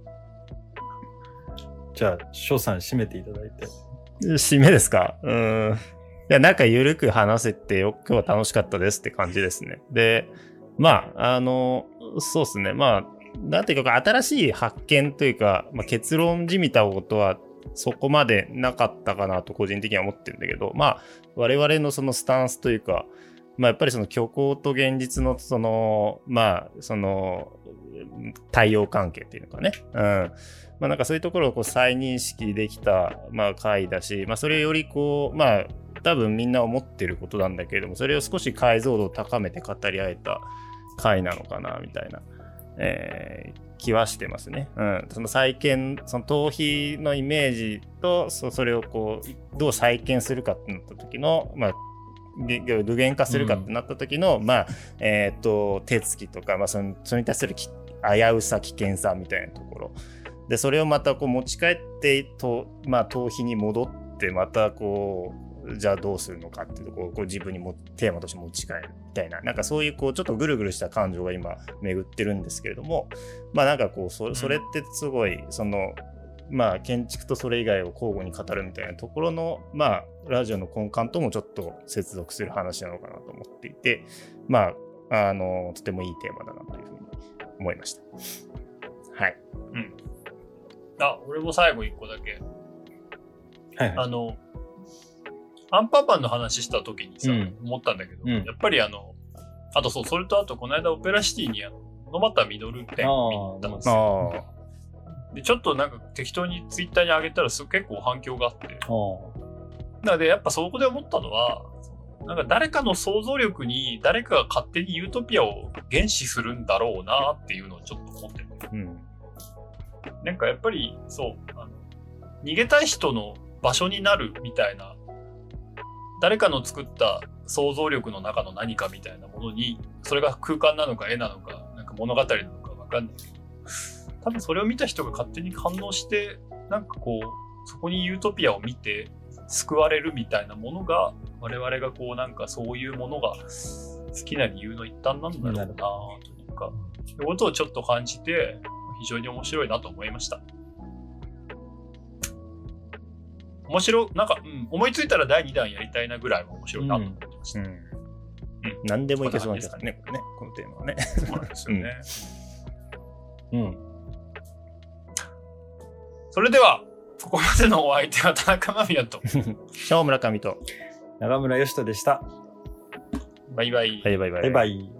じゃあ、翔さん締めていただいて。
締めですか？いや、なんかゆるく話せて今日は楽しかったですって感じですね。で、まあ、そうですね。まあ、なんていうか、新しい発見というか、結論じみたことはそこまでなかったかなと個人的には思ってるんだけど、まあ、我々のそのスタンスというか、やっぱり虚構と現実の対応関係っていうのかね。なんかそういうところを再認識できた、回だし、それより多分みんな思ってることなんだけれども、それを少し解像度を高めて語り合えた回なのかな、みたいな、気はしてますね。その再建、逃避のイメージと、それをどう再建するかってなった時の、具現化するかってなった時の、手つきとか、それに対する危うさ、危険さみたいなところ。で、それをまた持ち帰って逃避に戻って、またじゃあどうするのかっていうところを自分にテーマとして持ち帰るみたいな、なんかそういうちょっとぐるぐるした感情が今巡ってるんですけれども、なんかそれってすごい、建築とそれ以外を交互に語るみたいなところの、ラジオの根幹ともちょっと接続する話なのかなと思っていて、とてもいいテーマだなというふうに思いました。はい。
俺も最後一個だけ。
はい。
アンパンマンの話した時にさ、思ったんだけど、やっぱりそれとあとこの間オペラシティに野俣実展見に行ったんですよ。で、ちょっとなんか適当にツイッターに上げたら結構反響があって。なのでやっぱそこで思ったのは、なんか誰かの想像力に誰かが勝手にユートピアを原始するんだろうなっていうのをちょっと思ってる。なんかやっぱり逃げたい人の場所になるみたいな、誰かの作った想像力の中の何かみたいなものに、それが空間なのか絵なのか、なんか物語なのかわかんないけど、多分それを見た人が勝手に反応して、なんかそこにユートピアを見て救われるみたいなものが、我々がなんかそういうものが好きな理由の一端なんだろうなというか、そういうことをちょっと感じて、非常に面白いなと思いました。なんか、思いついたら第2弾やりたいなぐらい面白いなと思ってました。
何でもいけそうなんですね、これね、このテーマはね。
そうなんですよね。それでは、ここまでのお相手は田中間宮と、
小村上と、
長村義人でした。
バイバイ。
はい、バイバイ。
バイバイ。